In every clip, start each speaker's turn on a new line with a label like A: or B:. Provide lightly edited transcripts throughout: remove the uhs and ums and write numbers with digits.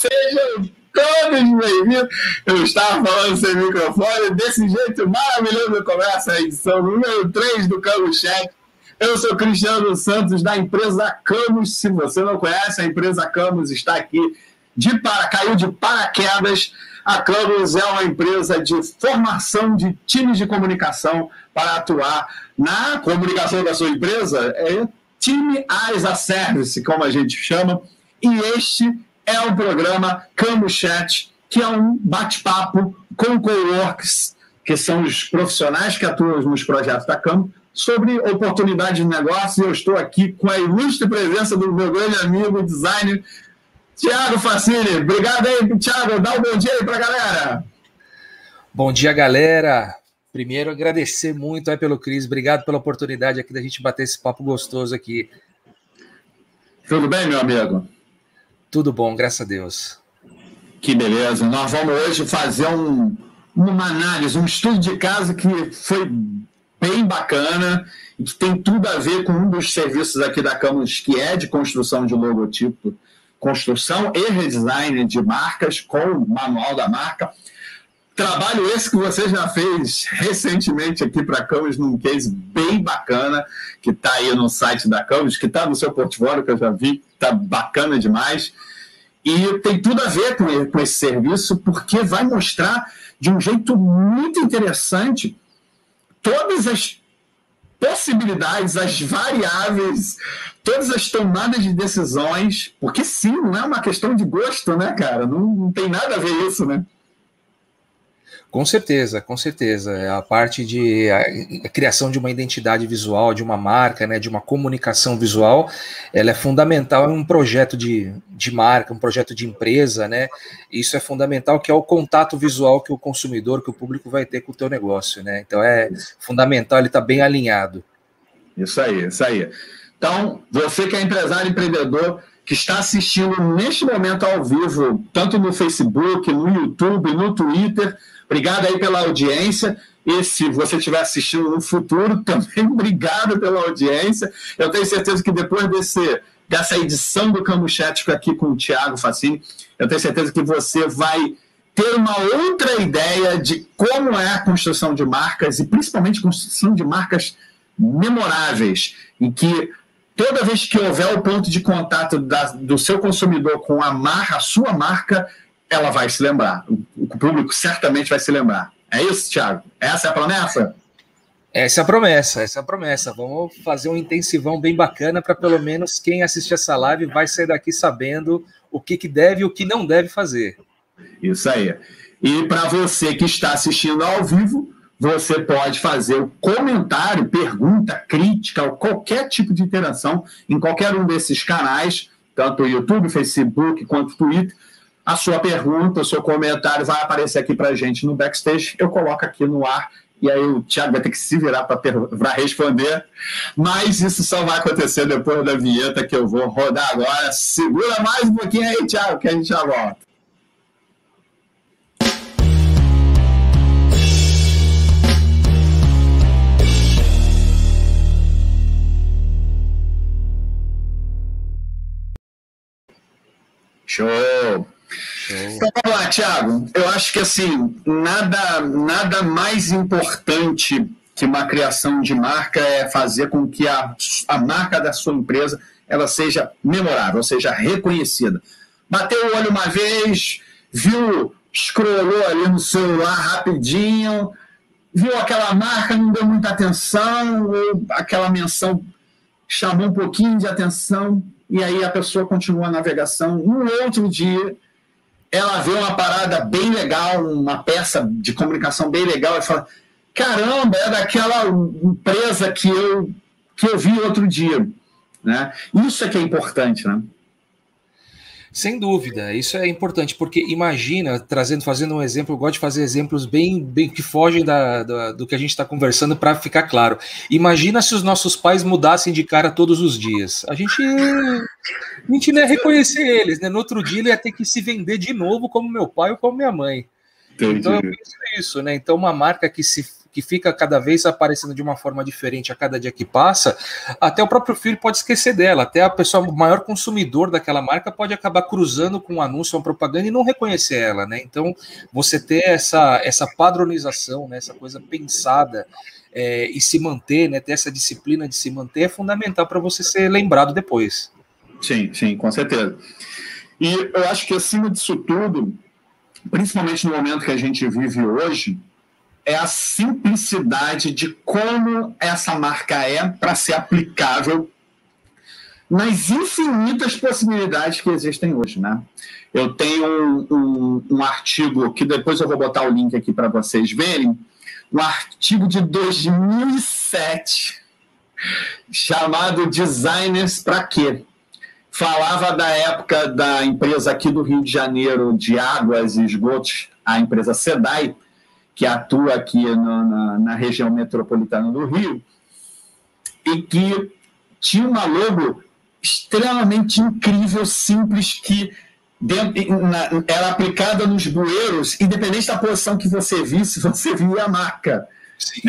A: Sejam todos bem-vindos. Eu estava falando sem microfone, desse jeito maravilhoso começa a edição número 3 do Camus Chat. Eu sou Cristiano Santos, da empresa Camus. Se você não conhece, a empresa Camus está aqui, caiu de paraquedas. A Camus é uma empresa de formação de times de comunicação para atuar na comunicação da sua empresa. É time as a service, como a gente chama. E este é o programa Camus Chat, que é um bate-papo com coworkers, que são os profissionais que atuam nos projetos da Camus, sobre oportunidades de negócio. Eu estou aqui com a ilustre presença do meu grande amigo, designer, Thiago Fassini. Obrigado aí, Thiago. Dá um bom dia aí para a galera.
B: Bom dia, galera. Primeiro, agradecer muito aí pelo Cris. Obrigado pela oportunidade aqui da gente bater esse papo gostoso aqui.
A: Tudo bem, meu amigo?
B: Tudo bom, graças a Deus.
A: Que beleza. Nós vamos hoje fazer uma análise, um estudo de caso que foi bem bacana e que tem tudo a ver com um dos serviços aqui da Camus, que é de construção de logotipo, construção e redesign de marcas com o manual da marca. Trabalho esse que você já fez recentemente aqui para a Camus, num case bem bacana, que está aí no site da Camus, que está no seu portfólio, que eu já vi, está bacana demais. E tem tudo a ver com esse serviço, porque vai mostrar de um jeito muito interessante todas as possibilidades, as variáveis, todas as tomadas de decisões, porque sim, não é uma questão de gosto, né, cara? Não tem nada a ver isso, né?
B: Com certeza, com certeza. A parte de a criação de uma identidade visual, de uma marca, né, de uma comunicação visual, ela é fundamental em um projeto de marca, um projeto de empresa, né? Isso é fundamental, que é o contato visual que o consumidor, que o público vai ter com o teu negócio, né? Então é fundamental ele estar bem alinhado.
A: Isso aí, isso aí. Então, você que é empresário, empreendedor, que está assistindo neste momento ao vivo, tanto no Facebook, no YouTube, no Twitter, obrigado aí pela audiência. E se você estiver assistindo no futuro, também obrigado pela audiência. Eu tenho certeza que depois dessa edição do Camus Chat aqui com o Thiago Fassini, eu tenho certeza que você vai ter uma outra ideia de como é a construção de marcas, e principalmente construção de marcas memoráveis, em que toda vez que houver o ponto de contato do seu consumidor com a sua marca, ela vai se lembrar. O público certamente vai se lembrar. É isso, Thiago? Essa é a promessa?
B: Essa é a promessa. Vamos fazer um intensivão bem bacana para pelo menos quem assistir essa live vai sair daqui sabendo o que deve e o que não deve fazer.
A: Isso aí. E para você que está assistindo ao vivo, você pode fazer o comentário, pergunta, crítica, ou qualquer tipo de interação em qualquer um desses canais, tanto o YouTube, Facebook, quanto o Twitter. A sua pergunta, o seu comentário vai aparecer aqui para a gente no backstage. Eu coloco aqui no ar e aí o Thiago vai ter que se virar para responder. Mas isso só vai acontecer depois da vinheta que eu vou rodar agora. Segura mais um pouquinho aí, Thiago, que a gente já volta. Show! Então vamos lá, Thiago. Eu acho que assim, nada mais importante que uma criação de marca é fazer com que a marca da sua empresa ela seja memorável, seja reconhecida. Bateu o olho uma vez, viu, scrollou ali no celular rapidinho, viu aquela marca, não deu muita atenção, ou aquela menção chamou um pouquinho de atenção, e aí a pessoa continua a navegação. No outro dia, ela vê uma parada bem legal, uma peça de comunicação bem legal, e fala, caramba, é daquela empresa que eu vi outro dia. Né? Isso é que é importante, né?
B: Sem dúvida, isso é importante, porque imagina, fazendo um exemplo, eu gosto de fazer exemplos bem que fogem do que a gente está conversando para ficar claro. Imagina se os nossos pais mudassem de cara todos os dias. A gente não ia reconhecer eles, né? No outro dia ele ia ter que se vender de novo como meu pai ou como minha mãe.
A: Entendi.
B: Então eu penso isso, né? Então uma marca que que fica cada vez aparecendo de uma forma diferente a cada dia que passa, até o próprio filho pode esquecer dela, até a pessoa, o maior consumidor daquela marca pode acabar cruzando com um anúncio, uma propaganda e não reconhecer ela, né? Então, você ter essa padronização, né, essa coisa pensada, e se manter, né, ter essa disciplina de se manter é fundamental para você ser lembrado depois.
A: Sim, sim, com certeza. E eu acho que acima disso tudo, principalmente no momento que a gente vive hoje, é a simplicidade de como essa marca é para ser aplicável nas infinitas possibilidades que existem hoje, né? Eu tenho um artigo, que depois eu vou botar o link aqui para vocês verem, um artigo de 2007, chamado Designers para quê? Falava da época da empresa aqui do Rio de Janeiro de águas e esgotos, a empresa SEDAI, que atua aqui na região metropolitana do Rio, e que tinha uma logo extremamente incrível, simples, que era aplicada nos bueiros, independente da posição que você visse, você via a marca.
B: Sim.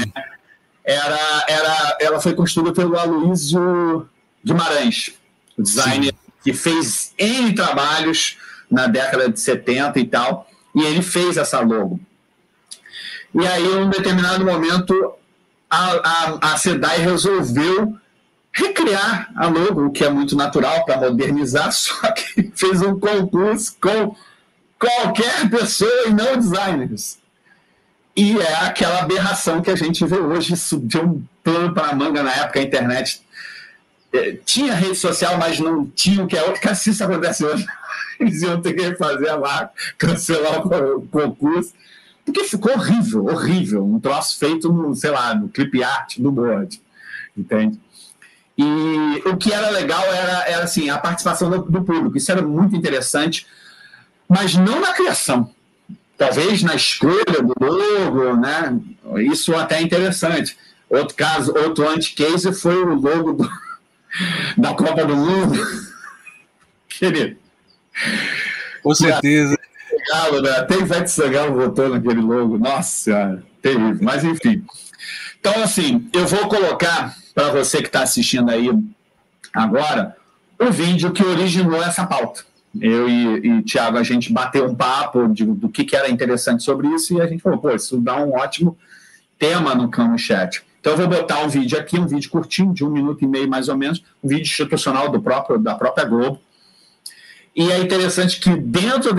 A: Ela foi construída pelo Aloysio Guimarães, o designer que fez N trabalhos na década de 70 e tal, e ele fez essa logo. E aí, em um determinado momento, a SEDAI resolveu recriar a logo, o que é muito natural para modernizar, só que fez um concurso com qualquer pessoa e não designers. E é aquela aberração que a gente vê hoje. Isso deu um plano para a manga na época, a internet tinha rede social, mas não tinha o que é outro. Se isso acontece hoje, eles iam ter que refazer a marca, cancelar o concurso, porque ficou horrível, horrível. Um troço feito no clip art do board, entende? E o que era legal era assim, a participação do público. Isso era muito interessante, mas não na criação. Talvez na escolha do logo, né? Isso até é interessante. Outro anti-case foi o logo da Copa do Mundo. Querido.
B: Com certeza.
A: Até Ivete Sangalo votou naquele logo. Nossa Senhora, terrível. Mas enfim. Então, assim, eu vou colocar para você que está assistindo aí agora o vídeo que originou essa pauta. Eu e Thiago, a gente bateu um papo do que era interessante sobre isso e a gente falou, pô, isso dá um ótimo tema no Camo Chat. Então eu vou botar um vídeo aqui, um vídeo curtinho, de 1 minuto e meio mais ou menos, um vídeo institucional da própria Globo. E é interessante que dentro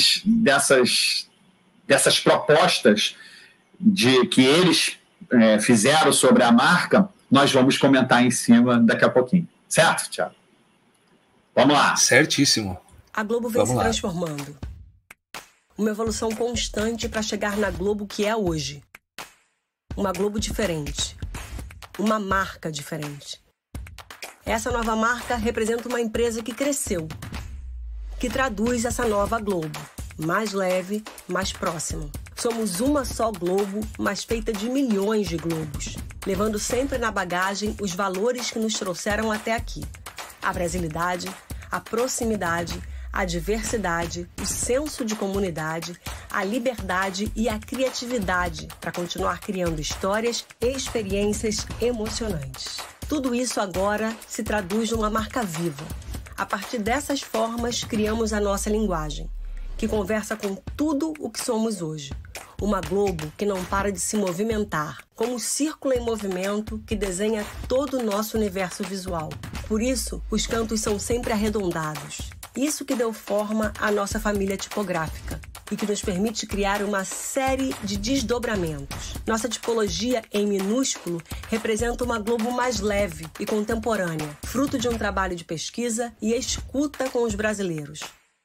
A: dessas propostas que eles fizeram sobre a marca, nós vamos comentar em cima daqui a pouquinho. Certo, Thiago? Vamos lá.
B: Certíssimo.
C: A Globo vem se transformando. Uma evolução constante para chegar na Globo que é hoje. Uma Globo diferente. Uma marca diferente. Essa nova marca representa uma empresa que cresceu, que traduz essa nova Globo. Mais leve, mais próximo. Somos uma só Globo, mas feita de milhões de globos, levando sempre na bagagem os valores que nos trouxeram até aqui. A brasilidade, a proximidade, a diversidade, o senso de comunidade, a liberdade e a criatividade para continuar criando histórias e experiências emocionantes. Tudo isso agora se traduz numa marca viva. A partir dessas formas, criamos a nossa linguagem, que conversa com tudo o que somos hoje. Uma Globo que não para de se movimentar, como um círculo em movimento que desenha todo o nosso universo visual. Por isso, os cantos são sempre arredondados. Isso que deu forma à nossa família tipográfica e que nos permite criar uma série de desdobramentos. Nossa tipologia em minúsculo representa uma Globo mais leve e contemporânea, fruto de um trabalho de pesquisa e escuta com os brasileiros.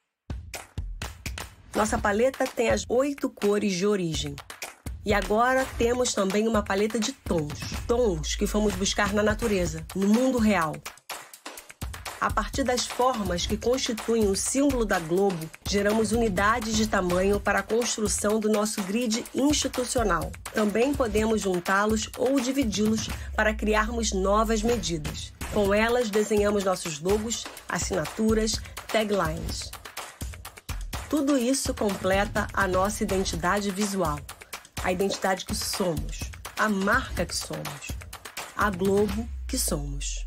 C: Nossa paleta tem as 8 cores de origem. E agora temos também uma paleta de tons. Tons que fomos buscar na natureza, no mundo real. A partir das formas que constituem o símbolo da Globo, geramos unidades de tamanho para a construção do nosso grid institucional. Também podemos juntá-los ou dividi-los para criarmos novas medidas. Com elas, desenhamos nossos logos, assinaturas, taglines. Tudo isso completa a nossa identidade visual, a identidade que somos, a marca que somos, a Globo que somos.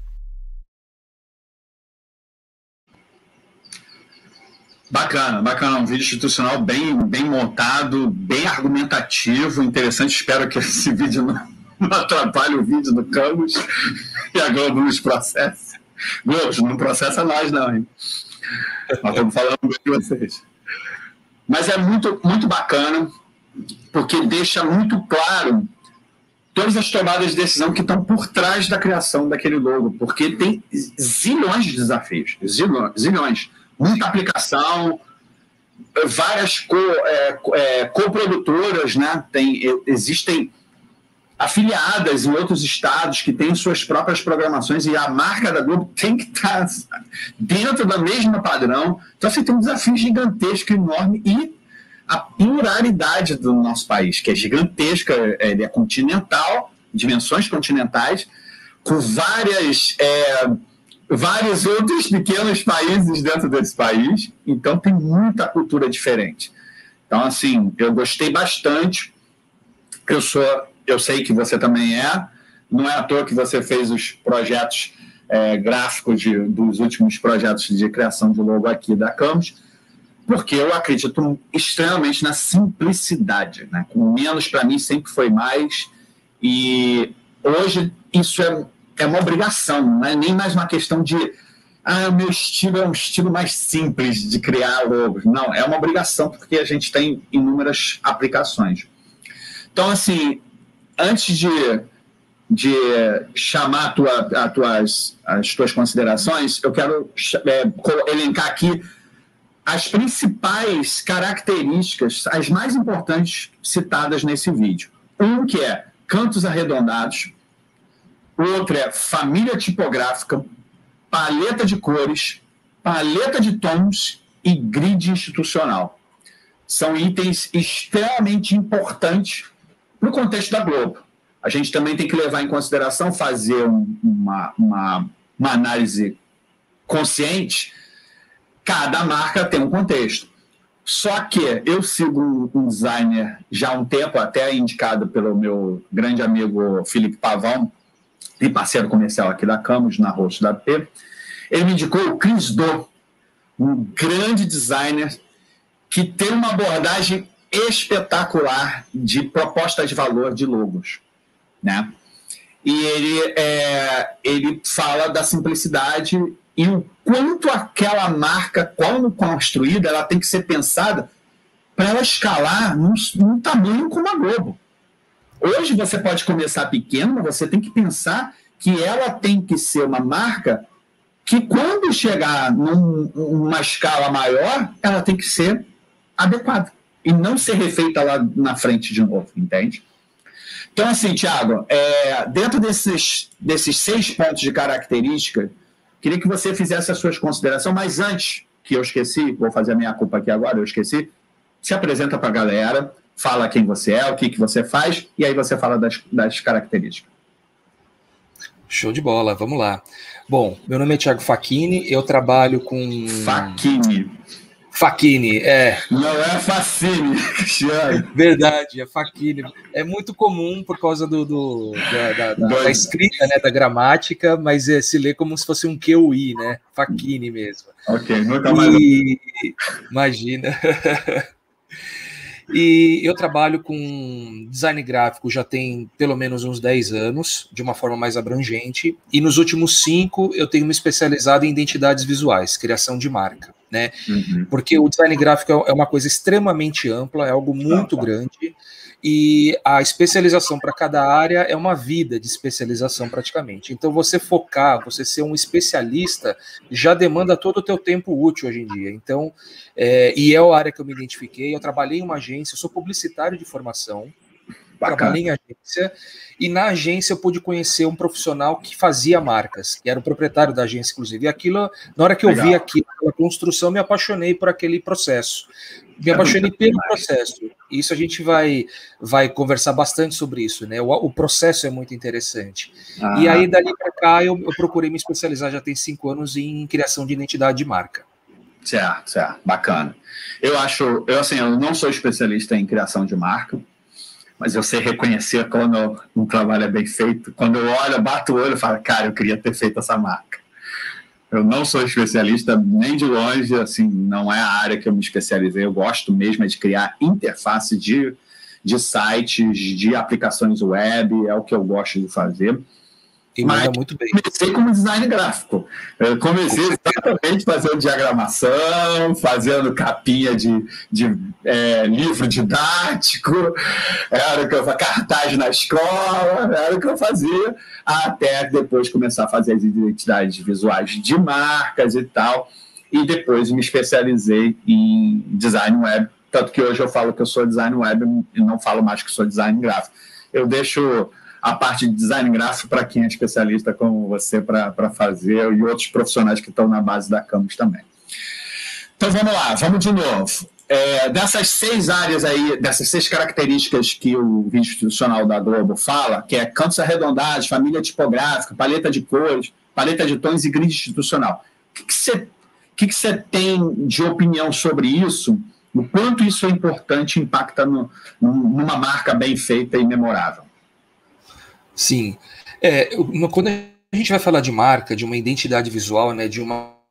A: Bacana, bacana. Um vídeo institucional bem montado, bem argumentativo, interessante. Espero que esse vídeo não atrapalhe o vídeo do Camus e a Globo nos processa. Globo, não processa nós, não, hein? Nós estamos falando de vocês. Mas é muito, muito bacana, porque deixa muito claro todas as tomadas de decisão que estão por trás da criação daquele logo, porque tem zilhões de desafios, zilhões. Muita aplicação, várias coprodutoras, né? Existem afiliadas em outros estados que têm suas próprias programações e a marca da Globo tem que estar dentro da mesma padrão. Então, você tem um desafio gigantesco, enorme, e a pluralidade do nosso país, que é gigantesca, ele é continental, dimensões continentais, com vários outros pequenos países dentro desse país, então tem muita cultura diferente. Então, assim, eu gostei bastante, eu sei que você também não é à toa que você fez os projetos gráficos dos últimos projetos de criação de logo aqui da Camus, porque eu acredito extremamente na simplicidade, né? Com menos, para mim, sempre foi mais, e hoje isso é uma obrigação, não é nem mais uma questão de o meu estilo é um estilo mais simples de criar logos. Não, é uma obrigação, porque a gente tem inúmeras aplicações. Então, assim, antes de chamar as tuas considerações, eu quero elencar aqui as principais características, as mais importantes citadas nesse vídeo. Um que é cantos arredondados, o outro é família tipográfica, paleta de cores, paleta de tons e grid institucional. São itens extremamente importantes para o contexto da Globo. A gente também tem que levar em consideração, fazer uma análise consciente. Cada marca tem um contexto. Só que eu sigo um designer já há um tempo, até indicado pelo meu grande amigo Felipe Pavão, e parceiro comercial aqui da Camus, na host da P. Ele me indicou o Chris Do, um grande designer que tem uma abordagem espetacular de proposta de valor de logos, né? E ele fala da simplicidade e o quanto aquela marca, quando construída, ela tem que ser pensada para ela escalar num tamanho como a Globo. Hoje você pode começar pequeno, mas você tem que pensar que ela tem que ser uma marca que, quando chegar numa escala maior, ela tem que ser adequada e não ser refeita lá na frente de novo, entende? Então, assim, Thiago, dentro desses 6 pontos de característica, queria que você fizesse as suas considerações, mas antes, que eu esqueci, vou fazer a minha culpa aqui agora, eu esqueci, se apresenta para a galera, fala quem você é, o que você faz, e aí você fala das características.
B: Show de bola, vamos lá. Bom, meu nome é Thiago Facchini, eu trabalho com... Facchini,
A: Não é Facchini, Cristiano.
B: Verdade, é Facchini. É muito comum por causa da escrita, né, da gramática, mas se lê como se fosse um QI, né? Facchini mesmo.
A: Ok, nunca mais.
B: Imagina. E eu trabalho com design gráfico já tem pelo menos uns 10 anos, de uma forma mais abrangente, e nos últimos 5 eu tenho me especializado em identidades visuais, criação de marca, né? Porque o design gráfico é uma coisa extremamente ampla, é algo muito grande, e a especialização para cada área é uma vida de especialização praticamente. Então você focar, você ser um especialista, já demanda todo o teu tempo útil hoje em dia. Então, e é a área que eu me identifiquei, eu trabalhei em uma agência, eu sou publicitário de formação, trabalhei em agência, e na agência eu pude conhecer um profissional que fazia marcas, que era o proprietário da agência, inclusive. E aquilo, na hora que eu vi aquilo, a construção, me apaixonei por aquele processo. Me apaixonei pelo processo. Isso a gente vai conversar bastante sobre isso, né? O processo é muito interessante. E aí, dali para cá, eu procurei me especializar, já tem 5 anos, em criação de identidade de marca.
A: Certo, bacana. Eu não sou especialista em criação de marca, mas eu sei reconhecer quando um trabalho é bem feito. Quando eu olho, bato o olho e falo, cara, eu queria ter feito essa marca. Eu não sou especialista nem de longe, assim, não é a área que eu me especializei. Eu gosto mesmo de criar interface de sites, de aplicações web, é o que eu gosto de fazer.
B: E manda muito bem.
A: Comecei como design gráfico. Eu comecei exatamente fazendo diagramação, fazendo capinha de livro didático, era o que eu fazia, cartaz na escola, era o que eu fazia, até depois começar a fazer as identidades visuais de marcas e tal, e depois me especializei em design web, tanto que hoje eu falo que eu sou design web e não falo mais que sou design gráfico. Eu deixo a parte de design gráfico para quem é especialista como você para fazer, e outros profissionais que estão na base da Campus também. Então vamos lá, vamos de novo. Dessas 6 áreas aí, dessas 6 características que o vídeo institucional da Globo fala, que é cantos arredondados, família tipográfica, paleta de cores, paleta de tons e grid institucional. O que você tem de opinião sobre isso? O quanto isso é importante e impacta numa marca bem feita e memorável?
B: Sim. Quando a gente vai falar de marca, de uma identidade visual, né, de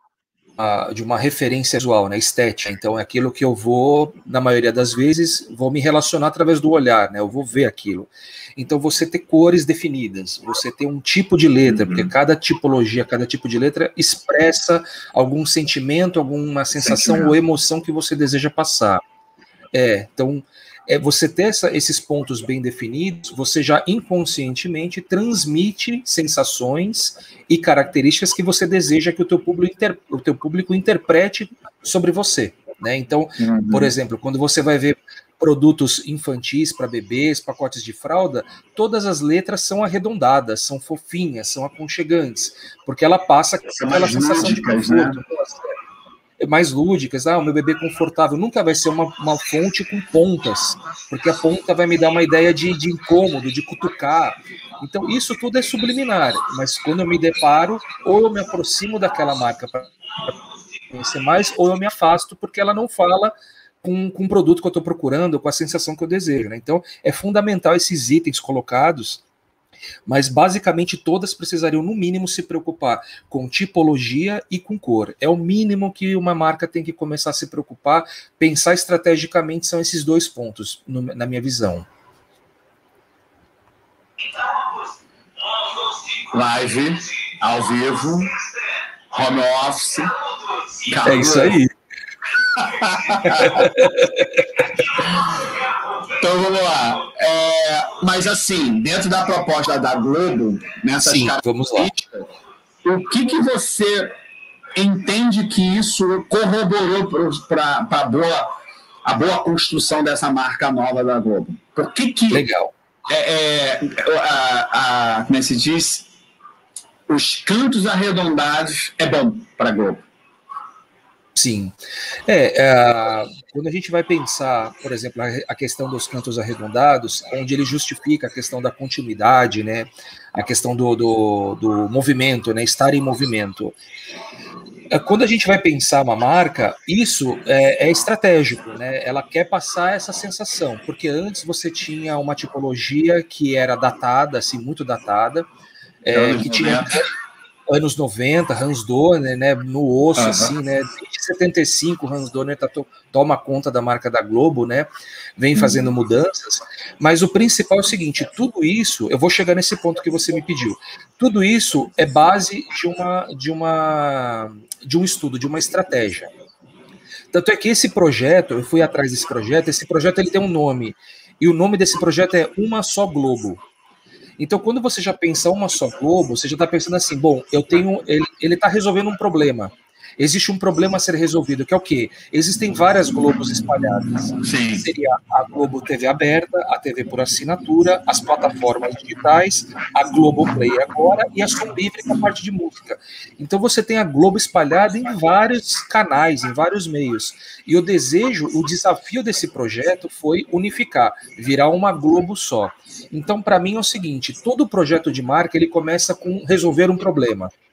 B: uma referência visual, né, estética, então é aquilo que eu vou, na maioria das vezes, vou me relacionar através do olhar, né, eu vou ver aquilo. Então você ter cores definidas, você ter um tipo de letra, porque cada tipologia, cada tipo de letra expressa algum sentimento, alguma sensação ou emoção que você deseja passar. Então, você ter esses pontos bem definidos, você já inconscientemente transmite sensações e características que você deseja que o teu público interprete sobre você, né? Então, por exemplo, quando você vai ver produtos infantis para bebês, pacotes de fralda, todas as letras são arredondadas, são fofinhas, são aconchegantes, porque ela passa aquela sensação de conforto, né? Mais lúdicas, o meu bebê confortável, nunca vai ser uma fonte com pontas, porque a ponta vai me dar uma ideia de incômodo, de cutucar. Então isso tudo é subliminar, mas quando eu me deparo, ou eu me aproximo daquela marca para conhecer mais, ou eu me afasto porque ela não fala com o produto que eu estou procurando, com a sensação que eu desejo, né? Então é fundamental esses itens colocados, mas basicamente todas precisariam no mínimo se preocupar com tipologia e com cor. É o mínimo que uma marca tem que começar a se preocupar, pensar estrategicamente, são esses 2 pontos, na minha visão.
A: Live, ao vivo, home office.
B: É isso aí.
A: Então vamos lá. Mas assim, dentro da proposta da Globo, nessas características, o que você entende que isso corroborou para a boa construção dessa marca nova da Globo? Por que
B: legal.
A: Como se diz, os cantos arredondados é bom para a Globo?
B: Sim. Quando a gente vai pensar, por exemplo, a questão dos cantos arredondados, onde ele justifica a questão da continuidade, né, a questão do movimento, né, estar em movimento. Quando a gente vai pensar uma marca, isso é estratégico, né? Ela quer passar essa sensação, porque antes você tinha uma tipologia que era datada, assim, muito datada, que tinha anos 90, Hans Donner, né, no osso, assim, né, desde 75, Hans Donner toma conta da marca da Globo, né, vem fazendo mudanças, mas o principal é o seguinte, tudo isso, eu vou chegar nesse ponto que você me pediu, tudo isso é base de um estudo, de uma estratégia. Tanto é que esse projeto, eu fui atrás desse projeto, ele tem um nome, e o nome desse projeto é Uma Só Globo. Então, quando você já pensa uma só Globo, você já está pensando assim, bom, ele está resolvendo um problema. Existe um problema a ser resolvido, que é o quê? Existem várias Globos espalhadas.
A: Sim.
B: Seria a Globo TV aberta, a TV por assinatura, as plataformas digitais, a Globoplay agora e a Som Livre com a parte de música. Então você tem a Globo espalhada em vários canais, em vários meios. E o desafio desse projeto foi unificar, virar uma Globo só. Então, para mim é o seguinte, todo projeto de marca ele começa com resolver um problema.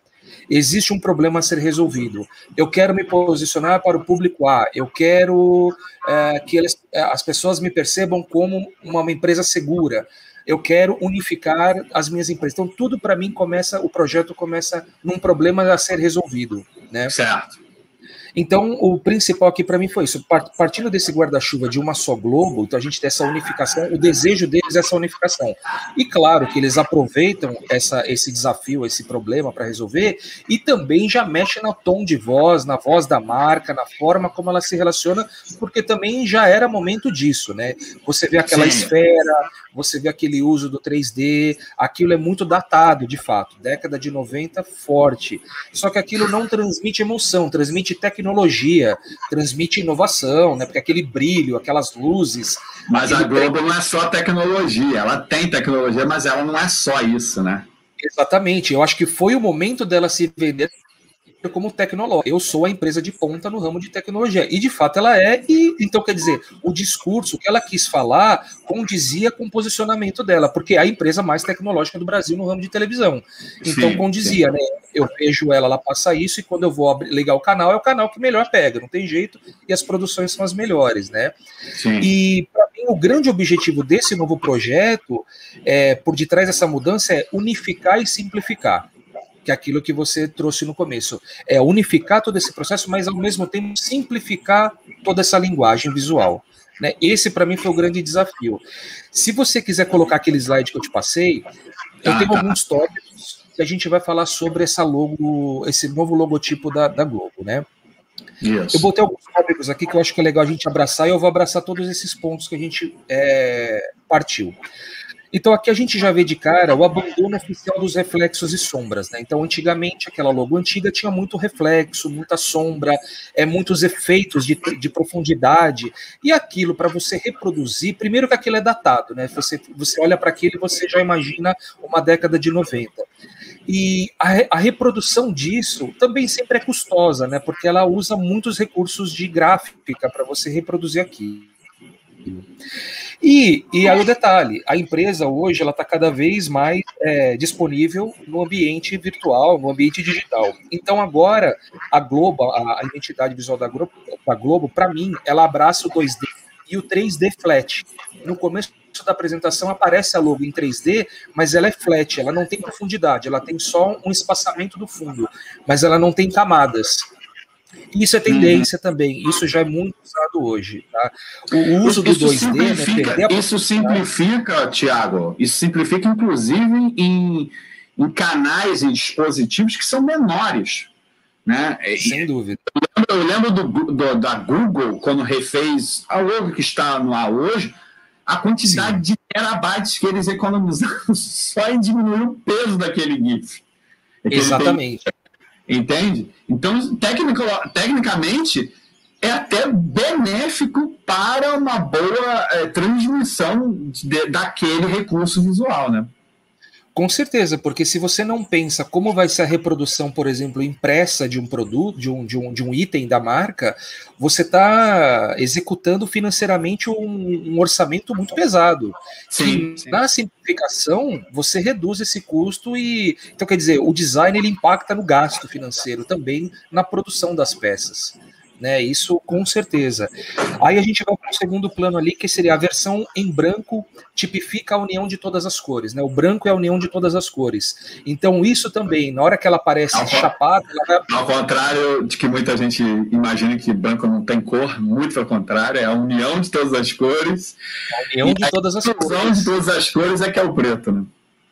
B: existe um problema a ser resolvido. Eu quero me posicionar para o público A, eu quero que as pessoas me percebam como uma empresa segura, eu quero unificar as minhas empresas. Então, tudo para mim o projeto começa num problema a ser resolvido, né?
A: Certo.
B: Então, o principal aqui para mim foi isso, partindo desse guarda-chuva de uma só Globo, então a gente tem essa unificação, o desejo deles é essa unificação. E claro que eles aproveitam esse desafio, esse problema para resolver, e também já mexem no tom de voz, na voz da marca, na forma como ela se relaciona, porque também já era momento disso, né? Você vê aquela esfera, você vê aquele uso do 3D, aquilo é muito datado, de fato, década de 90, forte. Só que aquilo não transmite emoção, transmite tecnologia, transmite inovação, né? Porque aquele brilho, aquelas luzes...
A: Mas a Globo não é só tecnologia, ela tem tecnologia, mas ela não é só isso, né?
B: Exatamente, eu acho que foi o momento dela se vender como tecnológica. Eu sou a empresa de ponta no ramo de tecnologia, e de fato ela é, e então quer dizer, o discurso que ela quis falar condizia com o posicionamento dela, porque é a empresa mais tecnológica do Brasil no ramo de televisão, então sim, condizia, sim, né? Eu vejo ela passa isso, e quando eu vou ligar o canal, é o canal que melhor pega, não tem jeito, e as produções são as melhores, né? Sim. E para mim o grande objetivo desse novo projeto, por detrás dessa mudança, é unificar e simplificar, que é aquilo que você trouxe no começo, é unificar todo esse processo, mas ao mesmo tempo simplificar toda essa linguagem visual, né? Esse para mim foi o grande desafio. Se você quiser colocar aquele slide que eu te passei, eu tenho alguns tópicos que a gente vai falar sobre esse novo logotipo da Globo, né? Yes. Eu botei alguns tópicos aqui que eu acho que é legal a gente abraçar, e eu vou abraçar todos esses pontos que a gente partiu. Então aqui a gente já vê de cara o abandono oficial dos reflexos e sombras, né? Então antigamente aquela logo antiga tinha muito reflexo, muita sombra, muitos efeitos de profundidade, e aquilo para você reproduzir, primeiro que aquilo é datado, né? Você olha para aquilo e você já imagina uma década de 90. E a reprodução disso também sempre é custosa, né? Porque ela usa muitos recursos de gráfica para você reproduzir aquilo. E aí o detalhe, a empresa hoje ela está cada vez mais disponível no ambiente virtual, no ambiente digital. Então agora a Globo, a identidade visual da Globo, para mim, ela abraça o 2D e o 3D flat. No começo da apresentação aparece a logo em 3D, mas ela é flat, ela não tem profundidade, ela tem só um espaçamento do fundo, mas ela não tem camadas. Isso é tendência também, isso já é muito usado hoje, tá? O uso do 2D, né,
A: isso simplifica, Thiago, isso simplifica inclusive em canais e dispositivos que são menores, né?
B: Sem dúvida.
A: Eu lembro da Google, quando refez a logo que está no ar hoje, a quantidade de terabytes que eles economizaram só em diminuir o peso daquele GIF.
B: Exatamente.
A: Entende? Então, tecnicamente, é até benéfico para uma boa transmissão daquele recurso visual, né?
B: Com certeza, porque se você não pensa como vai ser a reprodução, por exemplo, impressa de um produto, de um item da marca, você está executando financeiramente um orçamento muito pesado. Sim, sim. Na simplificação, você reduz esse custo e, então, quer dizer, o design ele impacta no gasto financeiro também na produção das peças. Né, isso com certeza. Aí a gente vai para o segundo plano ali, que seria a versão em branco, tipifica a união de todas as cores, né? O branco é a união de todas as cores. Então isso também, na hora que ela aparece chapada... Ela vai...
A: Ao contrário de que muita gente imagina que branco não tem cor, muito ao contrário, é a união de todas as cores.
B: A união de todas as cores.
A: A união de todas as cores é que é o preto, né?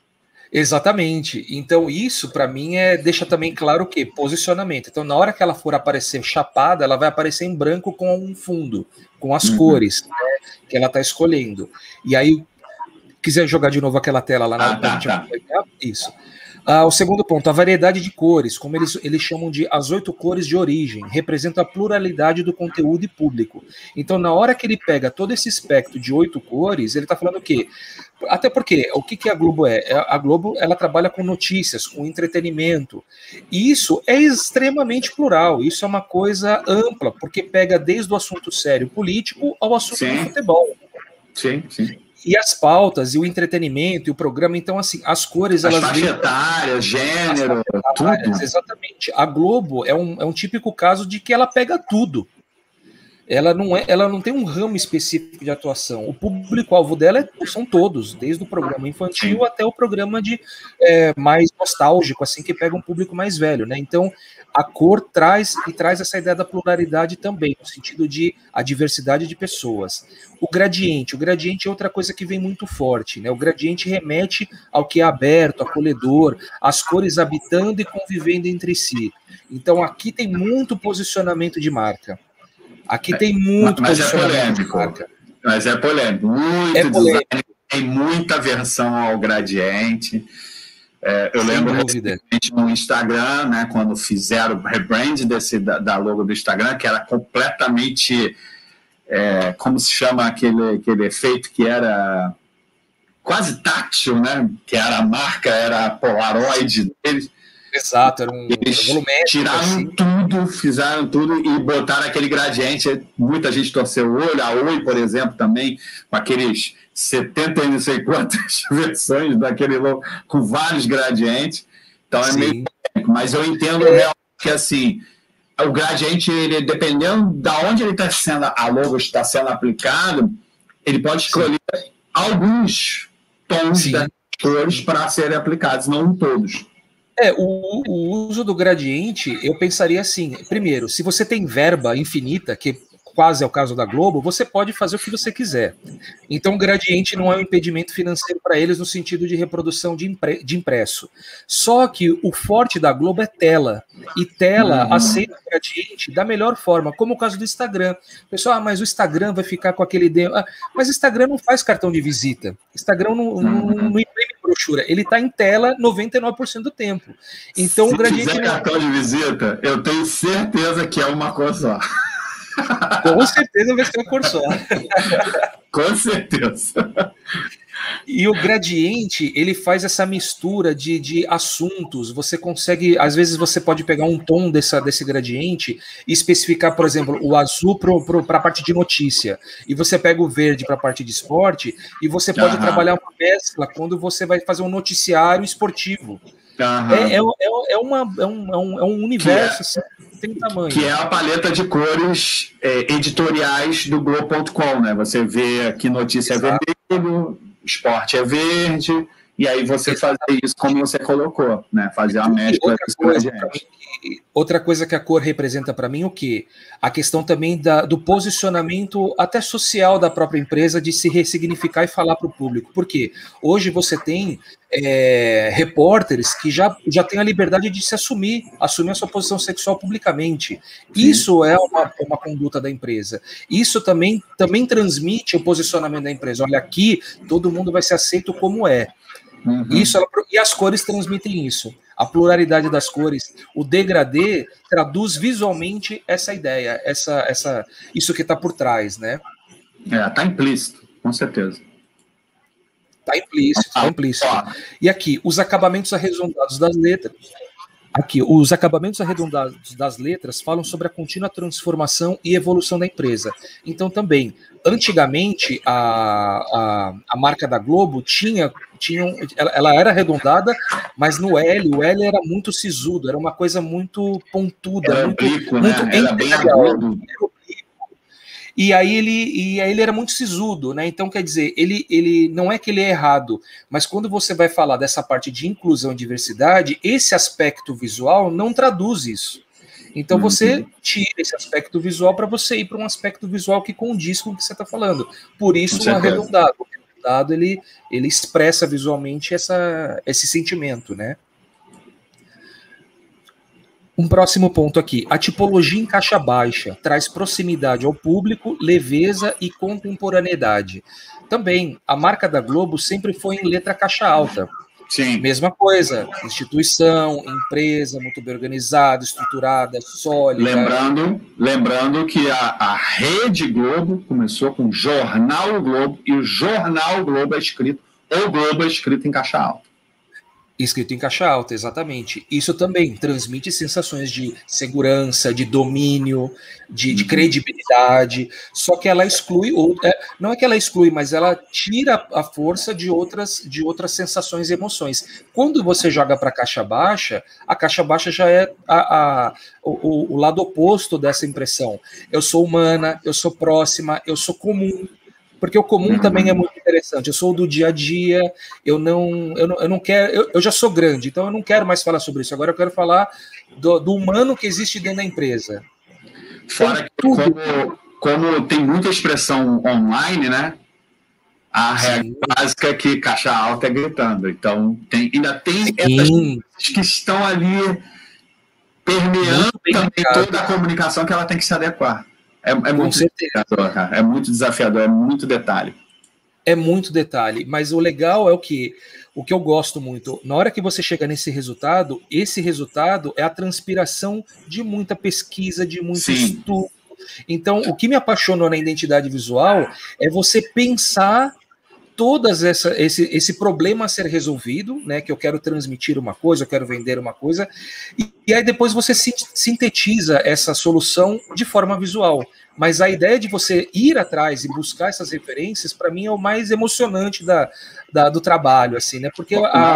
B: Exatamente. Então isso para mim deixa também claro o quê? Posicionamento. Então na hora que ela for aparecer chapada, ela vai aparecer em branco com um fundo, com as cores, né, que ela está escolhendo. E aí, quiser jogar de novo aquela tela lá na gente vai isso. O segundo ponto, a variedade de cores, como eles chamam de as 8 cores de origem, representa a pluralidade do conteúdo e público. Então, na hora que ele pega todo esse espectro de 8 cores, ele está falando o quê? Até porque, o que a Globo é? A Globo, ela trabalha com notícias, com entretenimento. E isso é extremamente plural, isso é uma coisa ampla, porque pega desde o assunto sério político ao assunto do futebol.
A: Sim, sim.
B: E as pautas, e o entretenimento, e o programa, então, assim, as cores...
A: As
B: elas
A: faixas etárias, gênero, tudo.
B: Exatamente. A Globo é um típico caso de que ela pega tudo. Ela não tem um ramo específico de atuação. O público-alvo dela são todos, desde o programa infantil até o programa de mais nostálgico, assim, que pega um público mais velho, né? Então, a cor traz essa ideia da pluralidade também, no sentido de a diversidade de pessoas. O gradiente é outra coisa que vem muito forte, né? O gradiente remete ao que é aberto, acolhedor, as cores habitando e convivendo entre si. Então, aqui tem muito posicionamento de marca. Aqui tem muito
A: posicionamento de marca. Mas é polêmico. Muito design, tem muita versão ao gradiente. Eu lembro recentemente no Instagram, né, quando fizeram o rebrand da logo do Instagram, que era completamente, como se chama aquele efeito que era quase tátil, né, que era a marca, era a Polaroid deles.
B: Exato, era um volumétrico.
A: Tiraram assim. Tudo, fizeram tudo e botaram aquele gradiente. Muita gente torceu o olho. A Oi, por exemplo, também, com aqueles 70 e não sei quantas versões daquele logo, com vários gradientes. Então é meio técnico, mas eu entendo realmente que assim, o gradiente, ele, dependendo de onde ele está sendo, a logo está sendo aplicado, ele pode escolher alguns tons das cores para serem aplicados, não todos.
B: O uso do gradiente, eu pensaria assim, primeiro, se você tem verba infinita, que quase é o caso da Globo, você pode fazer o que você quiser. Então, o gradiente não é um impedimento financeiro para eles no sentido de reprodução de impresso. Só que o forte da Globo é tela, e tela aceita o gradiente da melhor forma, como o caso do Instagram. Pessoal, mas o Instagram vai ficar com aquele... mas o Instagram não faz cartão de visita. Instagram não imprime brochura. Ele está em tela 99% do tempo. Então,
A: se
B: o gradiente...
A: fizer cartão de visita, eu tenho certeza que é uma cor só.
B: Com certeza vai ser uma cor só.
A: Com certeza.
B: E o gradiente, ele faz essa mistura de assuntos. Você consegue, às vezes você pode pegar um tom desse gradiente e especificar, por exemplo, o azul para a parte de notícia, e você pega o verde para a parte de esporte, e você pode trabalhar uma mescla quando você vai fazer um noticiário esportivo. É um universo assim, tem tamanho.
A: Que é a paleta de cores editoriais do Globo.com, né? Você vê aqui notícia vermelho, esporte é verde, e aí você fazer isso como você colocou, né? Fazer a mescla.
B: Outra coisa que a cor representa para mim, o quê? A questão também do posicionamento até social da própria empresa, de se ressignificar e falar para o público. Por quê? Hoje você tem repórteres que já têm a liberdade de se assumir a sua posição sexual publicamente. Isso é uma conduta da empresa. Isso também transmite o posicionamento da empresa. Olha, aqui todo mundo vai ser aceito como é. E as cores transmitem isso. A pluralidade das cores, o degradê traduz visualmente essa ideia, isso que está por trás, né?
A: Está implícito, com certeza.
B: Está implícito. E aqui, os acabamentos arredondados das letras. Os acabamentos arredondados das letras falam sobre a contínua transformação e evolução da empresa. Então, também, antigamente, a marca da Globo ela era arredondada, mas no L, o L era muito sisudo, era uma coisa muito pontuda,
A: era
B: muito
A: era bem agudo.
B: E aí ele era muito sisudo, né? Então, quer dizer, ele não é que ele é errado, mas quando você vai falar dessa parte de inclusão e diversidade, esse aspecto visual não traduz isso. Então você tira esse aspecto visual para você ir para um aspecto visual que condiz com o que você está falando. Por isso o arredondado. O arredondado ele expressa visualmente esse sentimento, né? Um próximo ponto aqui. A tipologia em caixa baixa traz proximidade ao público, leveza e contemporaneidade. Também, a marca da Globo sempre foi em letra caixa alta.
A: Sim.
B: Mesma coisa, instituição, empresa, muito bem organizada, estruturada, sólida.
A: Lembrando que a Rede Globo começou com o Jornal Globo, e o Jornal Globo é escrito, ou Globo é escrito em caixa alta.
B: Escrito em caixa alta, exatamente. Isso também transmite sensações de segurança, de domínio, de credibilidade, só que ela exclui, não é que ela exclui, mas ela tira a força de outras sensações e emoções. Quando você joga para a caixa baixa já é o lado oposto dessa impressão. Eu sou humana, eu sou próxima, eu sou comum. Porque o comum também é muito interessante. Eu sou do dia a dia, eu não quero. Eu já sou grande, então eu não quero mais falar sobre isso. Agora eu quero falar do humano que existe dentro da empresa.
A: Fora que, como tem muita expressão online, né? A regra básica é que caixa alta é gritando. Então, ainda tem essas coisas que estão ali permeando também toda a comunicação que ela tem que se adequar. É muito desafiador, cara. É muito desafiador, é muito detalhe.
B: É muito detalhe, mas o legal é o que eu gosto muito, na hora que você chega nesse resultado, esse resultado é a transpiração de muita pesquisa, de muito estudo. Então, o que me apaixonou na identidade visual é você pensar todas esse problema a ser resolvido, né? Que eu quero transmitir uma coisa, eu quero vender uma coisa, e aí depois você sintetiza essa solução de forma visual. Mas a ideia de você ir atrás e buscar essas referências, para mim, é o mais emocionante do trabalho, assim, né? Porque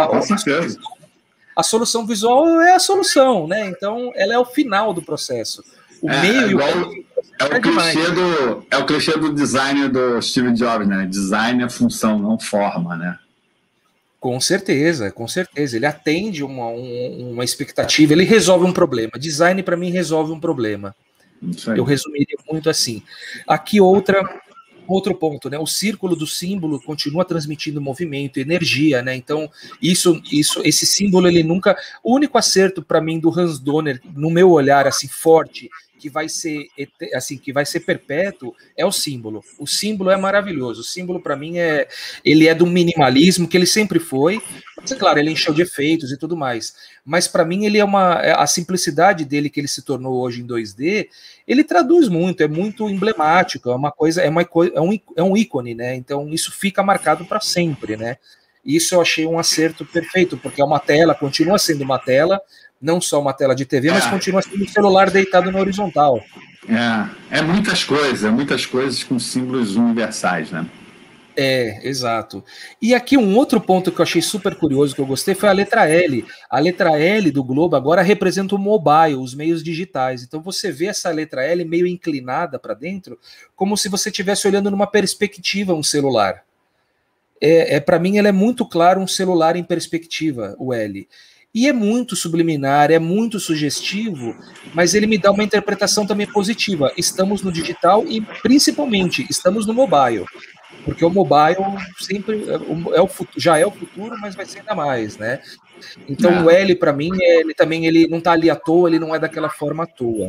B: a solução visual é a solução, né? Então, ela é o final do processo. O meio e o
A: É o clichê do design do Steve Jobs, né? Design é função, não forma, né?
B: Com certeza, com certeza. Ele atende uma expectativa, ele resolve um problema. Design, para mim, resolve um problema. Eu resumiria muito assim. Aqui outro ponto, né? O círculo do símbolo continua transmitindo movimento, energia, né? Então, esse símbolo, ele nunca... O único acerto, para mim, do Hans Donner, no meu olhar, assim, forte, que vai ser perpétuo, é o símbolo. O símbolo é maravilhoso. O símbolo, para mim, ele é do minimalismo, que ele sempre foi. Mas, claro, ele encheu de efeitos e tudo mais. Mas, para mim, ele a simplicidade dele, que ele se tornou hoje em 2D, ele traduz muito, é muito emblemático, é um ícone, né? Então, isso fica marcado para sempre, né? Isso eu achei um acerto perfeito, porque é uma tela, continua sendo uma tela, não só uma tela de TV, mas continua sendo um celular deitado na horizontal.
A: É muitas coisas com símbolos universais, né?
B: Exato. E aqui um outro ponto que eu achei super curioso, que eu gostei, foi a letra L. A letra L do Globo agora representa o mobile, os meios digitais. Então você vê essa letra L meio inclinada para dentro, como se você estivesse olhando numa perspectiva um celular. Para mim, ela é muito claro um celular em perspectiva, o L. E é muito subliminar, é muito sugestivo, mas ele me dá uma interpretação também positiva. Estamos no digital e, principalmente, estamos no mobile. Porque o mobile sempre já é o futuro, mas vai ser ainda mais, né? Então o L, para mim, ele não está ali à toa, ele não é daquela forma à toa.